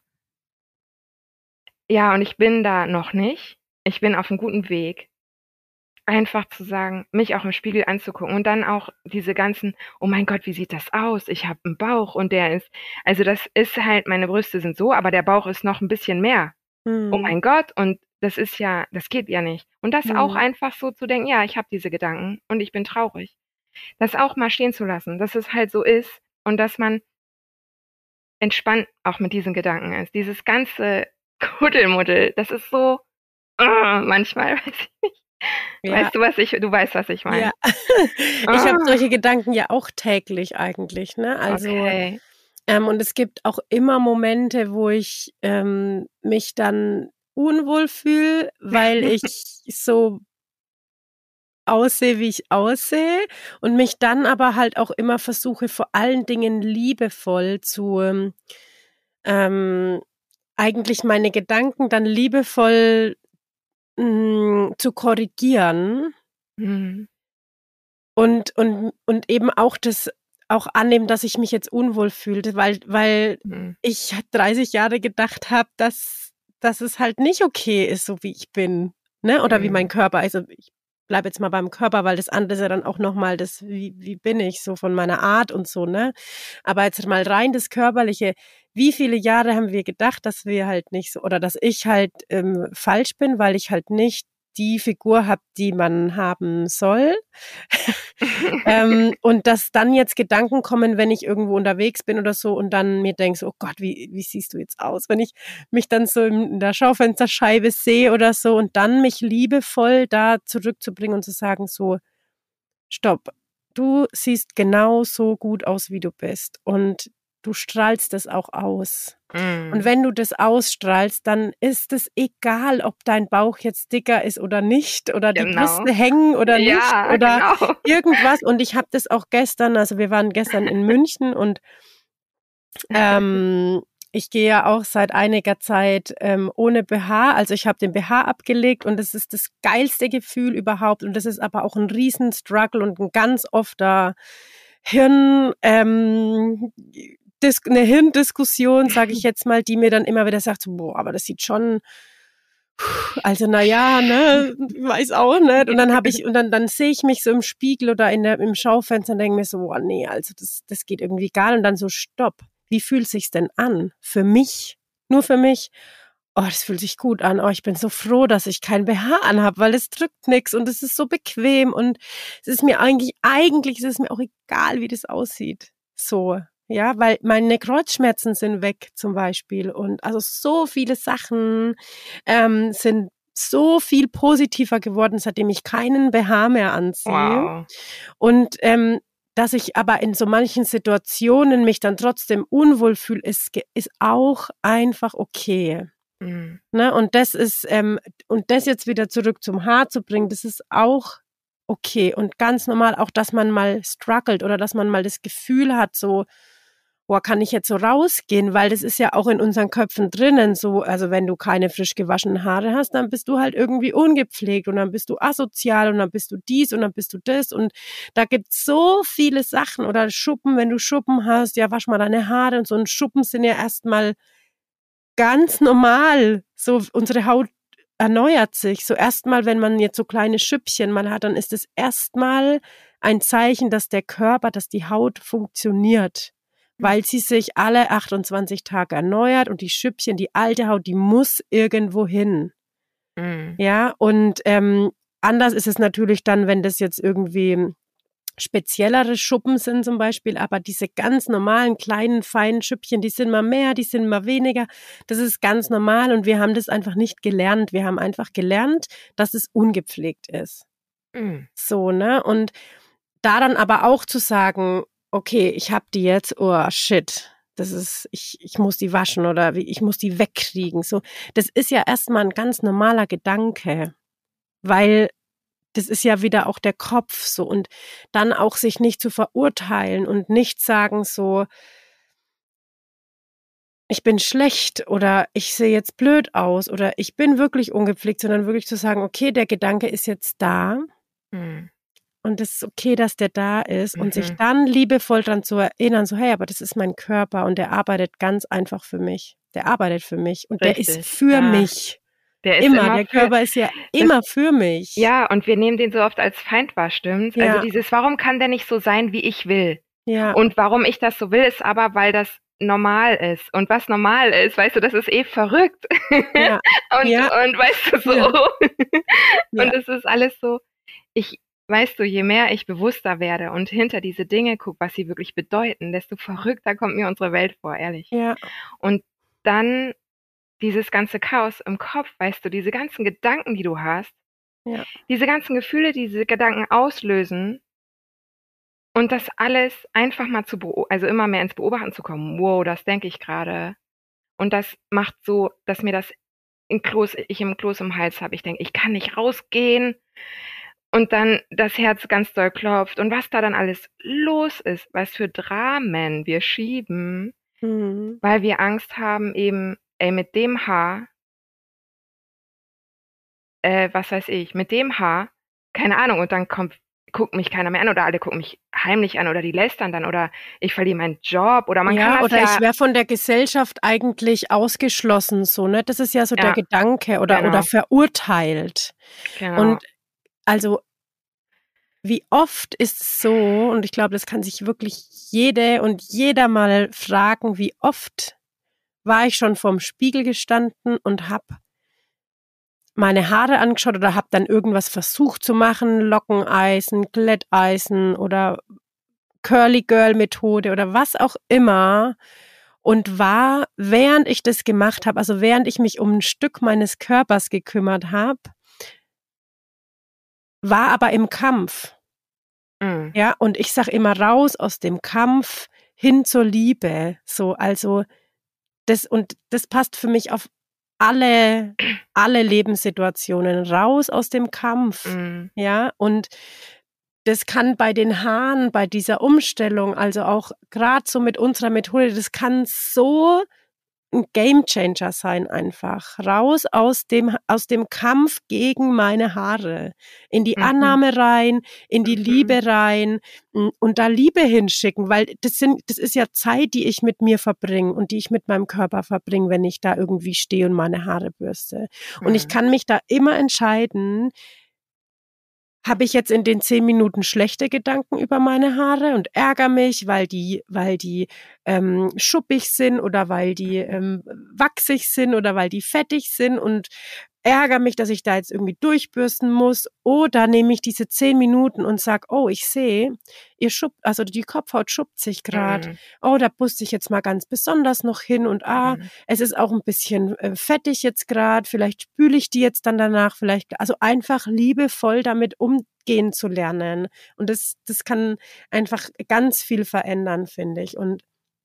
ja, und ich bin da noch nicht. Ich bin auf einem guten Weg. Einfach zu sagen, mich auch im Spiegel anzugucken und dann auch diese ganzen, oh mein Gott, wie sieht das aus? Ich habe einen Bauch und also das ist halt, meine Brüste sind so, aber der Bauch ist noch ein bisschen mehr. Oh mein Gott, und das geht ja nicht. Und das auch einfach so zu denken, ja, ich habe diese Gedanken und ich bin traurig. Das auch mal stehen zu lassen, dass es halt so ist und dass man entspannt auch mit diesen Gedanken ist. Dieses ganze Kuddelmuddel, das ist so, manchmal, weiß ich nicht. Ja. Du weißt, was ich meine. Ja. Ich habe solche Gedanken ja auch täglich eigentlich, ne? Also, okay. Und es gibt auch immer Momente, wo ich mich dann unwohl fühle, weil ich so aussehe, wie ich aussehe und mich dann aber halt auch immer versuche, vor allen Dingen liebevoll eigentlich meine Gedanken dann liebevoll zu korrigieren und eben auch das auch annehmen, dass ich mich jetzt unwohl fühlte, weil ich 30 Jahre gedacht habe, dass es halt nicht okay ist, so wie ich bin, ne? Oder wie mein Körper. Also ich bleibe jetzt mal beim Körper, weil das andere ist ja dann auch nochmal wie bin ich so von meiner Art und so, ne? Aber jetzt mal rein das Körperliche, wie viele Jahre haben wir gedacht, dass wir halt nicht so, oder dass ich halt falsch bin, weil ich halt nicht die Figur habe, die man haben soll. Und dass dann jetzt Gedanken kommen, wenn ich irgendwo unterwegs bin oder so und dann mir denkst, oh Gott, wie siehst du jetzt aus? Wenn ich mich dann so in der Schaufensterscheibe sehe oder so und dann mich liebevoll da zurückzubringen und zu sagen so, stopp, du siehst genau so gut aus, wie du bist und du strahlst das auch aus. Und wenn du das ausstrahlst, dann ist es egal, ob dein Bauch jetzt dicker ist oder nicht oder die Brüste hängen oder nicht oder irgendwas. Und ich habe das auch gestern, also wir waren gestern in München und ich gehe ja auch seit einiger Zeit ohne BH. Also ich habe den BH abgelegt und das ist das geilste Gefühl überhaupt. Und das ist aber auch ein riesen Struggle und ein ganz ofter eine Hirndiskussion, sage ich jetzt mal, die mir dann immer wieder sagt, so, boah, aber das sieht schon, also naja, ne, weiß auch nicht. Und dann sehe ich mich so im Spiegel oder im Schaufenster und denke mir so, boah, nee, also das geht irgendwie gar nicht. Und dann so, stopp, wie fühlt sich's denn an? Für mich, nur für mich. Oh, das fühlt sich gut an. Oh, ich bin so froh, dass ich kein BH anhab, weil es drückt nix und es ist so bequem und es ist mir eigentlich ist es mir auch egal, wie das aussieht. So. Ja, weil meine Kreuzschmerzen sind weg zum Beispiel und also so viele Sachen sind so viel positiver geworden, seitdem ich keinen BH mehr anziehe. Wow. Und dass ich aber in so manchen Situationen mich dann trotzdem unwohl fühle, ist auch einfach okay. Ne? Und das ist und das jetzt wieder zurück zum Haar zu bringen, das ist auch okay und ganz normal, auch dass man mal struggelt oder dass man mal das Gefühl hat, so boah, kann ich jetzt so rausgehen, weil das ist ja auch in unseren Köpfen drinnen so, also wenn du keine frisch gewaschenen Haare hast, dann bist du halt irgendwie ungepflegt und dann bist du asozial und dann bist du dies und dann bist du das und da gibt's so viele Sachen oder Schuppen, wenn du Schuppen hast, ja, wasch mal deine Haare und so und Schuppen sind ja erstmal ganz normal, so unsere Haut erneuert sich, so erstmal, wenn man jetzt so kleine Schüppchen mal hat, dann ist es erstmal ein Zeichen, dass der Körper, dass die Haut funktioniert. Weil sie sich alle 28 Tage erneuert und die Schüppchen, die alte Haut, die muss irgendwo hin. Ja, und anders ist es natürlich dann, wenn das jetzt irgendwie speziellere Schuppen sind zum Beispiel, aber diese ganz normalen, kleinen, feinen Schüppchen, die sind mal mehr, die sind mal weniger, das ist ganz normal und wir haben das einfach nicht gelernt. Wir haben einfach gelernt, dass es ungepflegt ist. So, ne, und da dann aber auch zu sagen, okay, ich hab die jetzt, oh shit, das ist, ich muss die waschen oder ich muss die wegkriegen. So, das ist ja erstmal ein ganz normaler Gedanke, weil das ist ja wieder auch der Kopf so und dann auch sich nicht zu verurteilen und nicht sagen so, ich bin schlecht oder ich sehe jetzt blöd aus oder ich bin wirklich ungepflegt, sondern wirklich zu sagen, okay, der Gedanke ist jetzt da. Und es ist okay, dass der da ist und sich dann liebevoll dran zu erinnern, so hey, aber das ist mein Körper und der arbeitet ganz einfach für mich. Der arbeitet für mich und Richtig, der ist für mich. Der ist immer der Körper ist ja immer für mich. Ja, und wir nehmen den so oft als Feind wahr, stimmt's? Ja. Also warum kann der nicht so sein, wie ich will? Ja. Und warum ich das so will, ist aber, weil das normal ist. Und was normal ist, weißt du, das ist verrückt. Ja. und weißt du so. Ja. Und es ist alles so, weißt du, je mehr ich bewusster werde und hinter diese Dinge gucke, was sie wirklich bedeuten, desto verrückter kommt mir unsere Welt vor, ehrlich. Ja. Und dann dieses ganze Chaos im Kopf, weißt du, diese ganzen Gedanken, die du hast, diese ganzen Gefühle, die diese Gedanken auslösen und das alles einfach mal also immer mehr ins Beobachten zu kommen. Wow, das denke ich gerade. Und das macht so, dass mir das ich im Kloß im Hals habe. Ich denke, ich kann nicht rausgehen. Und dann das Herz ganz doll klopft und was da dann alles los ist, was für Dramen wir schieben, weil wir Angst haben eben, mit dem Haar, was weiß ich, mit dem Haar, keine Ahnung, und dann guckt mich keiner mehr an oder alle gucken mich heimlich an oder die lästern dann oder ich verliere meinen Job oder man kann das oder ich wäre von der Gesellschaft eigentlich ausgeschlossen, so, ne? Das ist ja so der Gedanke oder verurteilt. Genau. Und also, wie oft ist es so, und ich glaube, das kann sich wirklich jede und jeder mal fragen, wie oft war ich schon vorm Spiegel gestanden und habe meine Haare angeschaut oder habe dann irgendwas versucht zu machen, Lockeneisen, Glätteisen oder Curly Girl Methode oder was auch immer und war, während ich das gemacht habe, also während ich mich um ein Stück meines Körpers gekümmert habe, war aber im Kampf. Mhm. Ja, und ich sag immer raus aus dem Kampf hin zur Liebe. So, also das passt für mich auf alle Lebenssituationen raus aus dem Kampf. Mhm. Ja, und das kann bei den Haaren, bei dieser Umstellung, also auch gerade so mit unserer Methode, das kann so ein Gamechanger sein einfach. Raus aus dem Kampf gegen meine Haare. In die Mhm. Annahme rein, in die Liebe rein und da Liebe hinschicken, weil das ist ja Zeit, die ich mit mir verbringe und die ich mit meinem Körper verbringe, wenn ich da irgendwie stehe und meine Haare bürste. Und ich kann mich da immer entscheiden, habe ich jetzt in den 10 Minuten schlechte Gedanken über meine Haare und ärgere mich, weil die schuppig sind oder weil die wachsig sind oder weil die fettig sind und ärgere mich, dass ich da jetzt irgendwie durchbürsten muss. Oder nehme ich diese 10 Minuten und sag, oh, ich sehe, also die Kopfhaut schuppt sich gerade. Mhm. Oh, da bürste ich jetzt mal ganz besonders noch hin und es ist auch ein bisschen fettig jetzt gerade. Vielleicht spüle ich die jetzt dann danach. Also einfach liebevoll damit umgehen zu lernen. Und das kann einfach ganz viel verändern, finde ich. Und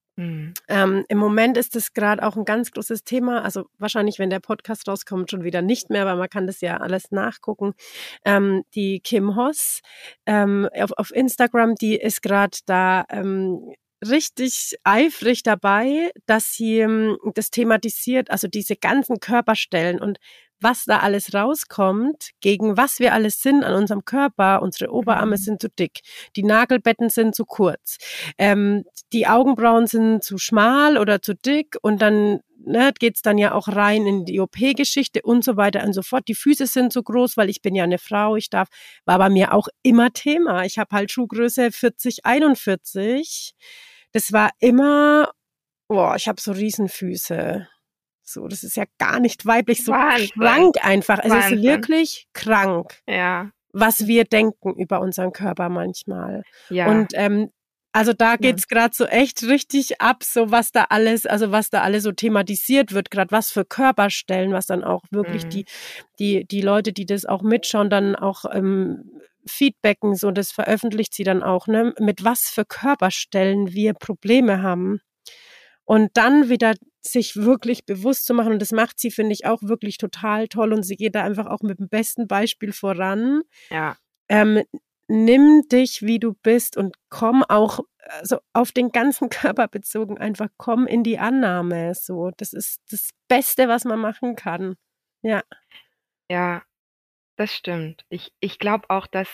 im Moment ist das gerade auch ein ganz großes Thema, also wahrscheinlich, wenn der Podcast rauskommt, schon wieder nicht mehr, weil man kann das ja alles nachgucken. Die Kim Hoss auf Instagram, die ist gerade da richtig eifrig dabei, dass sie das thematisiert, also diese ganzen Körperstellen und was da alles rauskommt, gegen was wir alles sind an unserem Körper. Unsere Oberarme sind zu dick, die Nagelbetten sind zu kurz, die Augenbrauen sind zu schmal oder zu dick und dann geht's dann ja auch rein in die OP-Geschichte und so weiter und so fort. Die Füße sind zu groß, weil ich bin ja eine Frau, war bei mir auch immer Thema. Ich habe halt Schuhgröße 40, 41. Das war immer, ich habe so Riesenfüße. So, das ist ja gar nicht weiblich, so Wahnsinn. Krank einfach. Es Wahnsinn. ist wirklich krank, Ja. was wir denken über unseren Körper manchmal. Ja. Und also da geht's gerade so echt richtig ab, so was da alles so thematisiert wird, gerade was für Körperstellen, was dann auch wirklich die Leute, die das auch mitschauen, dann auch feedbacken, so das veröffentlicht sie dann auch, ne, mit was für Körperstellen wir Probleme haben. Und dann wieder sich wirklich bewusst zu machen, und das macht sie, finde ich, auch wirklich total toll und sie geht da einfach auch mit dem besten Beispiel voran. Ja. Nimm dich, wie du bist und komm auch so auf den ganzen Körper bezogen, einfach komm in die Annahme. So, das ist das Beste, was man machen kann. Ja. Ja, das stimmt. Ich glaube auch, dass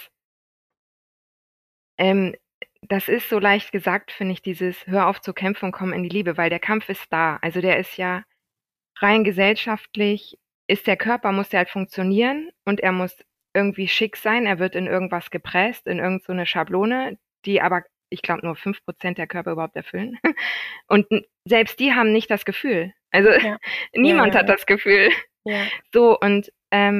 das ist so leicht gesagt, finde ich, dieses hör auf zu kämpfen und komm in die Liebe, weil der Kampf ist da. Also der ist ja rein gesellschaftlich, der Körper muss ja halt funktionieren und er muss irgendwie schick sein. Er wird in irgendwas gepresst, in irgend so eine Schablone, die aber, ich glaube, nur 5% der Körper überhaupt erfüllen. Und selbst die haben nicht das Gefühl. Also niemand hat das Gefühl. Ja. So, und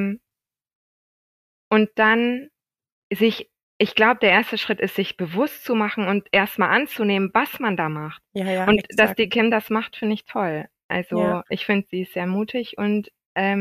dann ich glaube, der erste Schritt ist, sich bewusst zu machen und erstmal anzunehmen, was man da macht. Ja, und exakt. dass die Kim das macht, finde ich toll. Also ich finde, sie ist sehr mutig und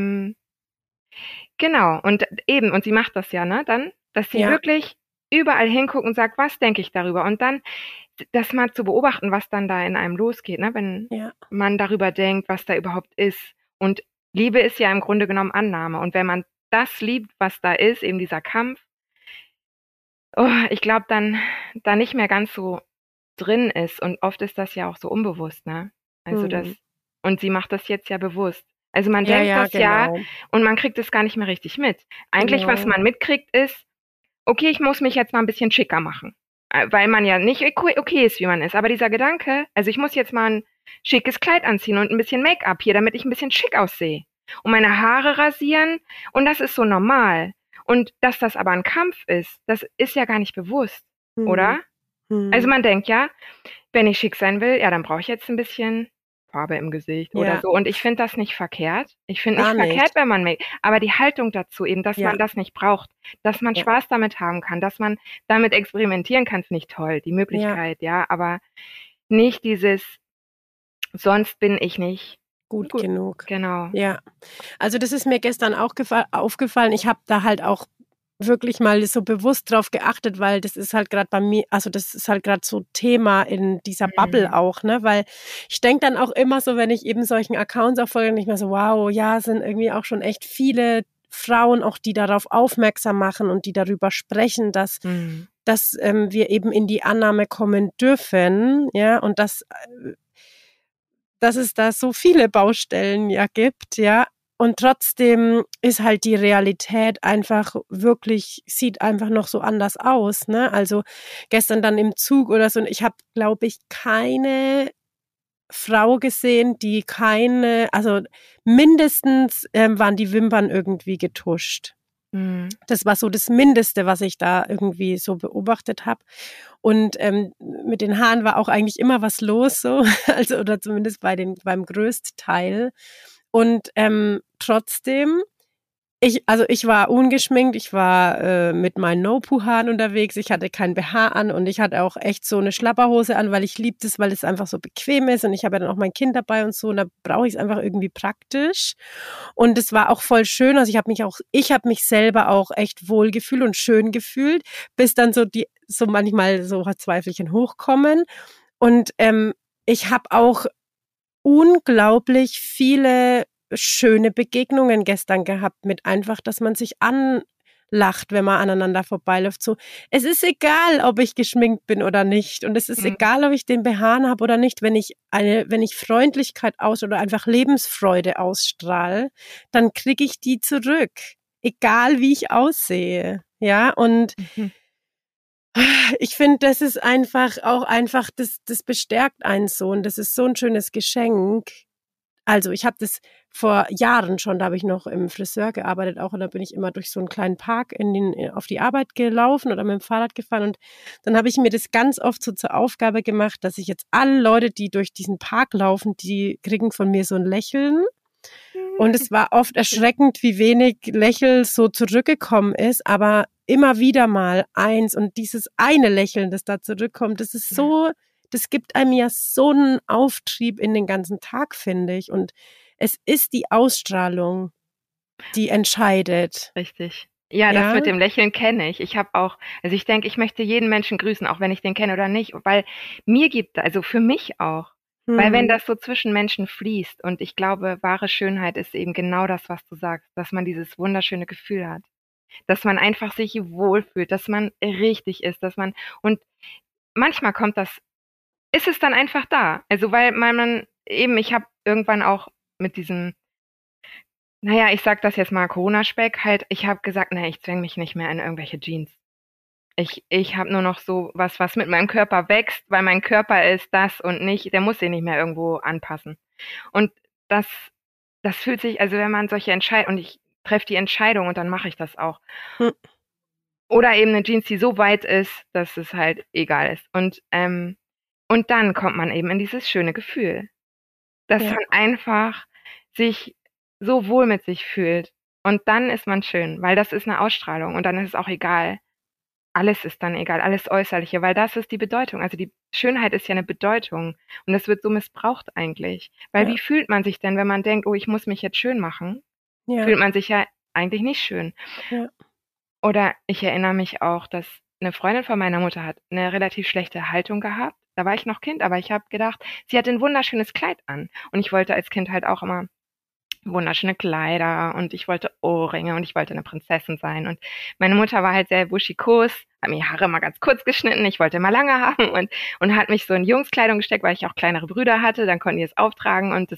genau, und sie macht das ja, ne, dann, dass sie wirklich überall hinguckt und sagt, was denke ich darüber? Und dann das mal zu beobachten, was dann da in einem losgeht, ne, wenn man darüber denkt, was da überhaupt ist. Und Liebe ist ja im Grunde genommen Annahme. Und wenn man das liebt, was da ist, eben dieser Kampf, ich glaube, dann nicht mehr ganz so drin ist. Und oft ist das ja auch so unbewusst, ne? Also und sie macht das jetzt ja bewusst. Also man denkt das und man kriegt es gar nicht mehr richtig mit. Eigentlich, was man mitkriegt, ist, okay, ich muss mich jetzt mal ein bisschen schicker machen. Weil man ja nicht okay ist, wie man ist. Aber dieser Gedanke, also ich muss jetzt mal ein schickes Kleid anziehen und ein bisschen Make-up hier, damit ich ein bisschen schick aussehe. Und meine Haare rasieren. Und das ist so normal. Und dass das aber ein Kampf ist, das ist ja gar nicht bewusst, oder? Also man denkt ja, wenn ich schick sein will, ja, dann brauche ich jetzt ein bisschen Farbe im Gesicht oder Ja, so. Und ich finde das nicht verkehrt. Ich finde nicht gar verkehrt, nicht. wenn man aber die Haltung dazu eben, dass Ja, man das nicht braucht, dass man ja, Spaß damit haben kann, dass man damit experimentieren kann, finde ich toll, die ja, Möglichkeit, ja, aber nicht dieses, sonst bin ich nicht gut gut. genug. Genau. Ja, also das ist mir gestern auch aufgefallen. Ich habe da halt auch wirklich mal so bewusst drauf geachtet, weil das ist halt gerade bei mir, also das ist halt gerade so Thema in dieser Bubble Mhm. auch, ne? Weil ich denke dann auch immer so, wenn ich eben solchen Accounts auch folge, nicht mehr so, wow, ja, sind irgendwie auch schon echt viele Frauen auch, die darauf aufmerksam machen und die darüber sprechen, Mhm. dass wir eben in die Annahme kommen dürfen, ja, und dass es da so viele Baustellen ja gibt, ja. Und trotzdem ist halt die Realität einfach wirklich, sieht einfach noch so anders aus, ne? Also gestern dann im Zug oder so, und ich habe, glaube ich, keine Frau gesehen, die also mindestens waren die Wimpern irgendwie getuscht. Mhm. Das war so das Mindeste, was ich da irgendwie so beobachtet habe. Und mit den Haaren war auch eigentlich immer was los, so, also oder zumindest beim Größteil. Und trotzdem, ich war ungeschminkt, ich war mit meinen No-Poo-Haaren unterwegs, ich hatte kein BH an und ich hatte auch echt so eine Schlapperhose an, weil ich liebe das, weil es einfach so bequem ist und ich habe ja dann auch mein Kind dabei und so und da brauche ich es einfach irgendwie praktisch. Und es war auch voll schön, also ich habe mich selber auch echt wohl gefühlt und schön gefühlt, bis dann so manchmal so Zweifelchen hochkommen. Und ich habe auch unglaublich viele schöne Begegnungen gestern gehabt mit einfach, dass man sich anlacht, wenn man aneinander vorbeiläuft. So, es ist egal, ob ich geschminkt bin oder nicht. Und es ist Mhm. egal, ob ich den BH habe oder nicht. Wenn ich Freundlichkeit oder einfach Lebensfreude ausstrahle, dann kriege ich die zurück. Egal wie ich aussehe. Ja, und Mhm. ich finde, das ist das bestärkt einen so und das ist so ein schönes Geschenk. Also ich habe das vor Jahren schon, da habe ich noch im Friseur gearbeitet auch und da bin ich immer durch so einen kleinen Park auf die Arbeit gelaufen oder mit dem Fahrrad gefahren und dann habe ich mir das ganz oft so zur Aufgabe gemacht, dass ich jetzt alle Leute, die durch diesen Park laufen, die kriegen von mir so ein Lächeln. Und es war oft erschreckend, wie wenig Lächeln so zurückgekommen ist, aber immer wieder mal eins und dieses eine Lächeln, das da zurückkommt, das gibt einem ja so einen Auftrieb in den ganzen Tag, finde ich. Und es ist die Ausstrahlung, die entscheidet. Richtig. Ja, das Ja? mit dem Lächeln kenne ich. Ich habe auch, also ich denke, ich möchte jeden Menschen grüßen, auch wenn ich den kenne oder nicht, weil also für mich auch, weil wenn Hm. das so zwischen Menschen fließt und ich glaube, wahre Schönheit ist eben genau das, was du sagst, dass man dieses wunderschöne Gefühl hat, dass man einfach sich wohlfühlt, dass man richtig ist, und manchmal ist es dann einfach da. Also weil man eben, ich habe irgendwann auch mit diesem, naja, ich sag das jetzt mal, Corona-Speck halt, ich habe gesagt, nee, ich zwänge mich nicht mehr in irgendwelche Jeans. Ich habe nur noch so was mit meinem Körper wächst, weil mein Körper ist das und nicht, der muss sich nicht mehr irgendwo anpassen. Und das, das fühlt sich, also wenn man solche Entscheidungen, und ich treffe die Entscheidung und dann mache ich das auch. Hm. Oder eben eine Jeans, die so weit ist, dass es halt egal ist. Und dann kommt man eben in dieses schöne Gefühl, dass Ja, man einfach sich so wohl mit sich fühlt. Und dann ist man schön, weil das ist eine Ausstrahlung und dann ist es auch egal. Alles ist dann egal, alles Äußerliche, weil das ist die Bedeutung. Also die Schönheit ist ja eine Bedeutung und es wird so missbraucht eigentlich. Weil ja, wie fühlt man sich denn, wenn man denkt, oh, ich muss mich jetzt schön machen? ja, Fühlt man sich ja eigentlich nicht schön. ja. Oder ich erinnere mich auch, dass eine Freundin von meiner Mutter hat eine relativ schlechte Haltung gehabt. Da war ich noch Kind, aber ich habe gedacht, sie hat ein wunderschönes Kleid an. Und ich wollte als Kind halt auch immer wunderschöne Kleider und ich wollte Ohrringe und ich wollte eine Prinzessin sein. Und meine Mutter war halt sehr buschikos, hat mir die Haare mal ganz kurz geschnitten, ich wollte immer lange haben und hat mich so in Jungskleidung gesteckt, weil ich auch kleinere Brüder hatte, dann konnten die es auftragen und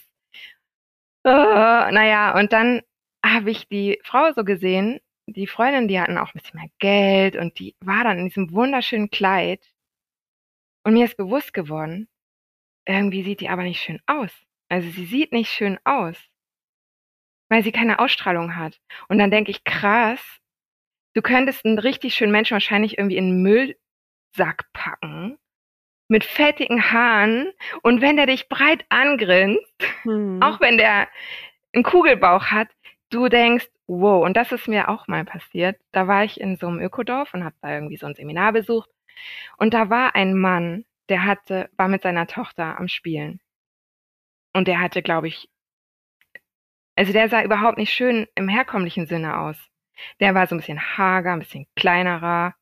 naja, und dann habe ich die Frau so gesehen, die Freundin, die hatten auch ein bisschen mehr Geld und die war dann in diesem wunderschönen Kleid und mir ist bewusst geworden, irgendwie sieht die aber nicht schön aus. Also sie sieht nicht schön aus, weil sie keine Ausstrahlung hat. Und dann denke ich, krass, du könntest einen richtig schönen Menschen wahrscheinlich irgendwie in 'n Müllsack packen mit fettigen Haaren und wenn der dich breit angrinst, auch wenn der einen Kugelbauch hat, du denkst, wow, und das ist mir auch mal passiert. Da war ich in so einem Ökodorf und habe da irgendwie so ein Seminar besucht und da war ein Mann, war mit seiner Tochter am Spielen und der hatte, glaube ich, also der sah überhaupt nicht schön im herkömmlichen Sinne aus. Der war so ein bisschen hager, ein bisschen kleiner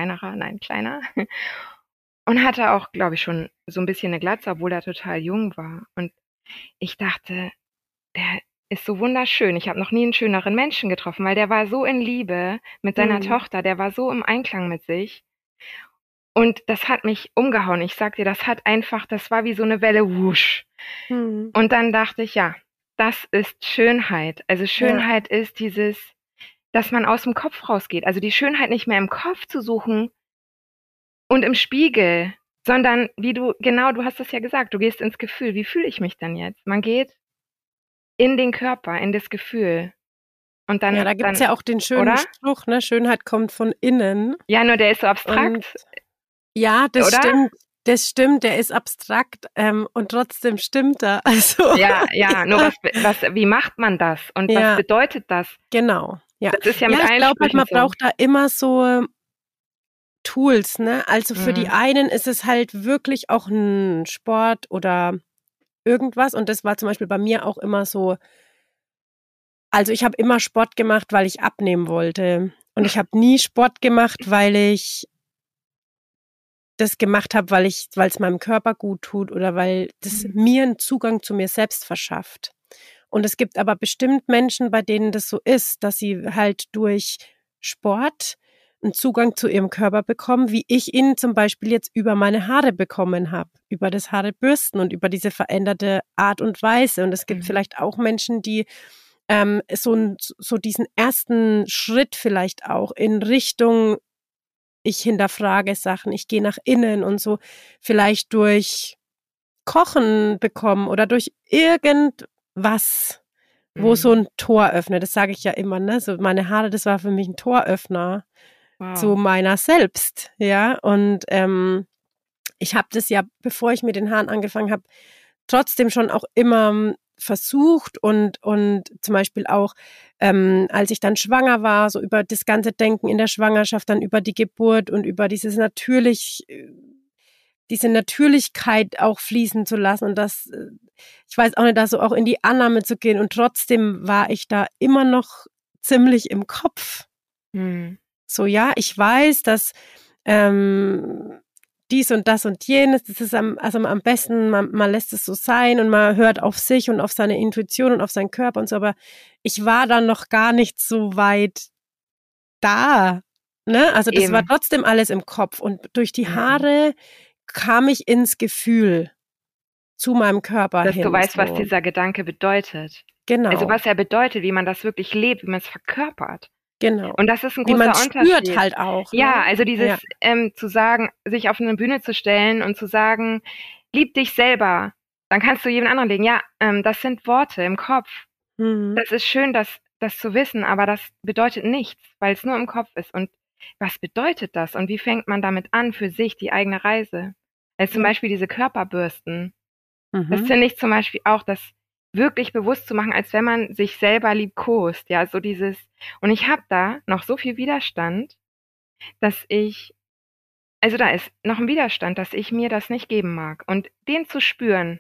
und hatte auch, glaube ich, schon so ein bisschen eine Glatze, obwohl er total jung war. Und ich dachte, der ist so wunderschön. Ich habe noch nie einen schöneren Menschen getroffen, weil der war so in Liebe mit seiner Tochter, der war so im Einklang mit sich. Und das hat mich umgehauen. Ich sag dir, das war wie so eine Welle, wusch. Und dann dachte ich, ja, das ist Schönheit. Also Schönheit ist dieses, dass man aus dem Kopf rausgeht. Also die Schönheit nicht mehr im Kopf zu suchen und im Spiegel, sondern du hast es ja gesagt, du gehst ins Gefühl. Wie fühle ich mich denn jetzt? Man geht in den Körper, in das Gefühl. Und dann, ja, da gibt's ja auch den schönen oder? Spruch, ne? Schönheit kommt von innen. Ja, nur der ist so abstrakt. Und ja, das oder? stimmt. Das stimmt, der ist abstrakt und trotzdem stimmt er. Also, Ja, nur wie macht man das? Und was bedeutet das? Genau, ja. Das ist ja mit ich glaube, Einsprüchen man so. braucht da immer so Tools, ne? Also für die einen ist es halt wirklich auch ein Sport oder irgendwas. Und das war zum Beispiel bei mir auch immer so. Also ich habe immer Sport gemacht, weil ich abnehmen wollte. Und ich habe nie Sport gemacht, weil ich das gemacht habe, weil es meinem Körper gut tut oder weil das mir einen Zugang zu mir selbst verschafft. Und es gibt aber bestimmt Menschen, bei denen das so ist, dass sie halt durch Sport einen Zugang zu ihrem Körper bekommen, wie ich ihn zum Beispiel jetzt über meine Haare bekommen habe, über das Haarebürsten und über diese veränderte Art und Weise. Und es gibt vielleicht auch Menschen, die so diesen ersten Schritt vielleicht auch in Richtung, ich hinterfrage Sachen, ich gehe nach innen und so vielleicht durch Kochen bekommen oder durch irgendwas, wo so ein Tor öffnet. Das sage ich ja immer, ne? So meine Haare, das war für mich ein Toröffner zu meiner selbst, ja. Und ich habe das ja, bevor ich mit den Haaren angefangen habe, trotzdem schon auch immer versucht und zum Beispiel auch, als ich dann schwanger war, so über das ganze Denken in der Schwangerschaft, dann über die Geburt und über diese Natürlichkeit auch fließen zu lassen und das, ich weiß auch nicht, da so auch in die Annahme zu gehen und trotzdem war ich da immer noch ziemlich im Kopf. So, ja, ich weiß, dass dies und das und jenes, das ist am besten, man lässt es so sein und man hört auf sich und auf seine Intuition und auf seinen Körper und so, aber ich war dann noch gar nicht so weit da, ne? Also das war trotzdem alles im Kopf und durch die Haare kam ich ins Gefühl zu meinem Körper dass hin. du weißt, so. was dieser Gedanke bedeutet. Genau. Also was er bedeutet, wie man das wirklich lebt, wie man es verkörpert. Genau. Und das ist ein wie großer man Unterschied. spürt halt auch. Ne? Ja, also dieses zu sagen, sich auf eine Bühne zu stellen und zu sagen, lieb dich selber, dann kannst du jedem anderen legen. Ja, das sind Worte im Kopf. Das ist schön, das zu wissen, aber das bedeutet nichts, weil es nur im Kopf ist. Und was bedeutet das? Und wie fängt man damit an, für sich die eigene Reise? Also zum Beispiel diese Körperbürsten. Das finde ich zum Beispiel auch, das wirklich bewusst zu machen, als wenn man sich selber liebkost. Ja, so dieses, und ich habe da noch so viel Widerstand, da ist noch ein Widerstand, dass ich mir das nicht geben mag. Und den zu spüren,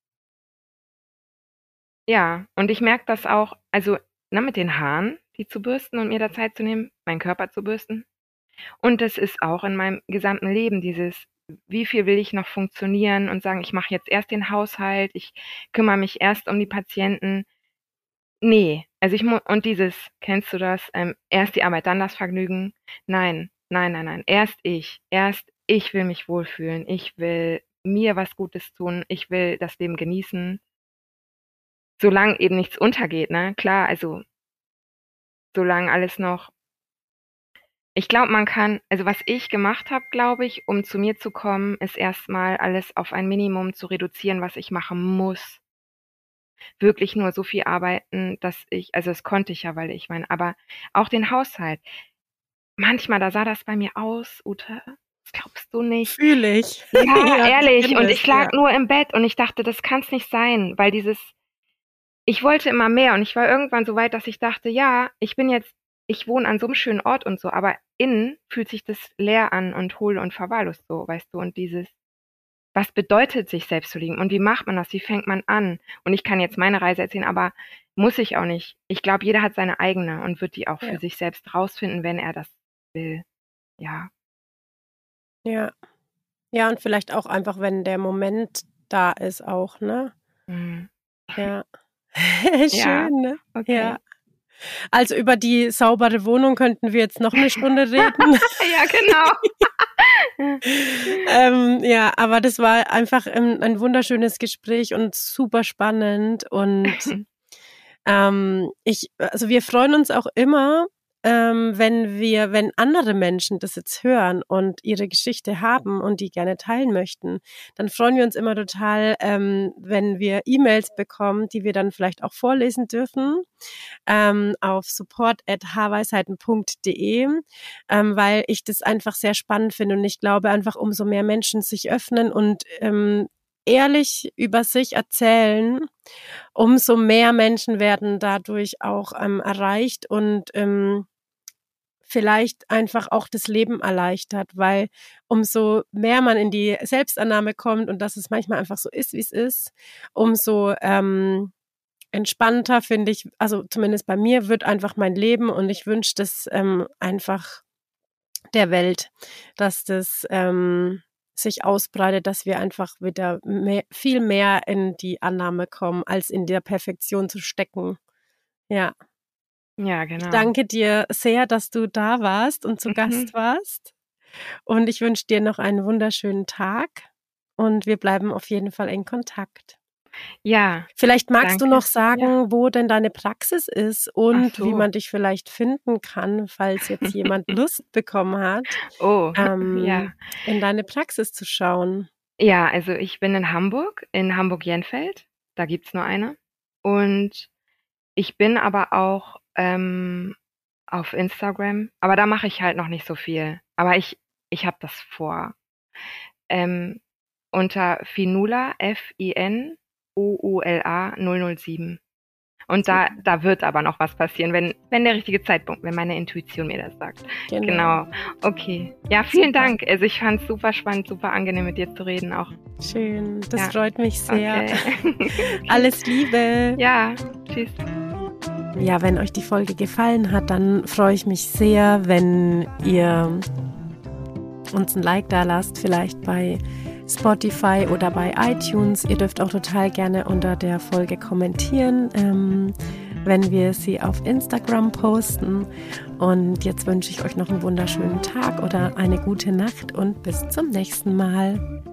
ja, und ich merke das auch, also mit den Haaren, die zu bürsten und mir da Zeit zu nehmen, meinen Körper zu bürsten. Und es ist auch in meinem gesamten Leben dieses, wie viel will ich noch funktionieren und sagen, ich mache jetzt erst den Haushalt, ich kümmere mich erst um die Patienten. Nee, also und dieses, kennst du das? Erst die Arbeit, dann das Vergnügen. Nein. Erst ich will mich wohlfühlen. Ich will mir was Gutes tun. Ich will das Leben genießen. Solange eben nichts untergeht, ne? Klar, also solange alles noch. Ich glaube, also was ich gemacht habe, glaube ich, um zu mir zu kommen, ist erstmal alles auf ein Minimum zu reduzieren, was ich machen muss. Wirklich nur so viel arbeiten, also das konnte ich ja, aber auch den Haushalt. Manchmal, da sah das bei mir aus, Ute, glaubst du nicht. Fühle ich. Ja, Ja, ehrlich. Und das, ich lag ja. nur im Bett und ich dachte, das kann's nicht sein, weil ich wollte immer mehr und ich war irgendwann so weit, dass ich dachte, ja, ich wohne an so einem schönen Ort und so, aber innen fühlt sich das leer an und hohl und verwahrlost so, weißt du, und was bedeutet, sich selbst zu lieben und wie macht man das, wie fängt man an? Und ich kann jetzt meine Reise erzählen, aber muss ich auch nicht. Ich glaube, jeder hat seine eigene und wird die auch für sich selbst rausfinden, wenn er das will. Ja. Ja. Ja, und vielleicht auch einfach, wenn der Moment da ist auch, ne? Mhm. Ja. Ja, Schön, ne? okay. Ja. Also über die saubere Wohnung könnten wir jetzt noch eine Stunde reden. Ja, genau. Ja, aber das war einfach ein wunderschönes Gespräch und super spannend. Und also wir freuen uns auch immer, wenn andere Menschen das jetzt hören und ihre Geschichte haben und die gerne teilen möchten, dann freuen wir uns immer total, wenn wir E-Mails bekommen, die wir dann vielleicht auch vorlesen dürfen, auf support@haarweisheiten.de, weil ich das einfach sehr spannend finde und ich glaube einfach, umso mehr Menschen sich öffnen und ehrlich über sich erzählen, umso mehr Menschen werden dadurch auch erreicht und vielleicht einfach auch das Leben erleichtert, weil umso mehr man in die Selbstannahme kommt und dass es manchmal einfach so ist, wie es ist, umso entspannter finde ich, also zumindest bei mir wird einfach mein Leben und ich wünsche das einfach der Welt, dass das sich ausbreitet, dass wir einfach wieder viel mehr in die Annahme kommen, als in der Perfektion zu stecken. Ja. Ja, genau. Ich danke dir sehr, dass du da warst und zu Gast warst. Und ich wünsche dir noch einen wunderschönen Tag. Und wir bleiben auf jeden Fall in Kontakt. Ja. Vielleicht magst du noch sagen, Ja. wo denn deine Praxis ist und So. wie man dich vielleicht finden kann, falls jetzt jemand Lust bekommen hat, Ja. in deine Praxis zu schauen. Ja, also ich bin in Hamburg-Jenfeld. Da gibt's nur eine. Und ich bin aber auch auf Instagram, aber da mache ich halt noch nicht so viel. Aber ich habe das vor. Unter Fionnuala, Finoula 007. Und da wird aber noch was passieren, wenn der richtige Zeitpunkt, wenn meine Intuition mir das sagt. Genau. Okay. Ja, vielen Dank. Also ich fand es super spannend, super angenehm mit dir zu reden auch. Schön, das freut mich sehr. Okay. Alles Liebe. Ja, tschüss. Ja, wenn euch die Folge gefallen hat, dann freue ich mich sehr, wenn ihr uns ein Like da lasst, vielleicht bei Spotify oder bei iTunes. Ihr dürft auch total gerne unter der Folge kommentieren, wenn wir sie auf Instagram posten. Und jetzt wünsche ich euch noch einen wunderschönen Tag oder eine gute Nacht und bis zum nächsten Mal.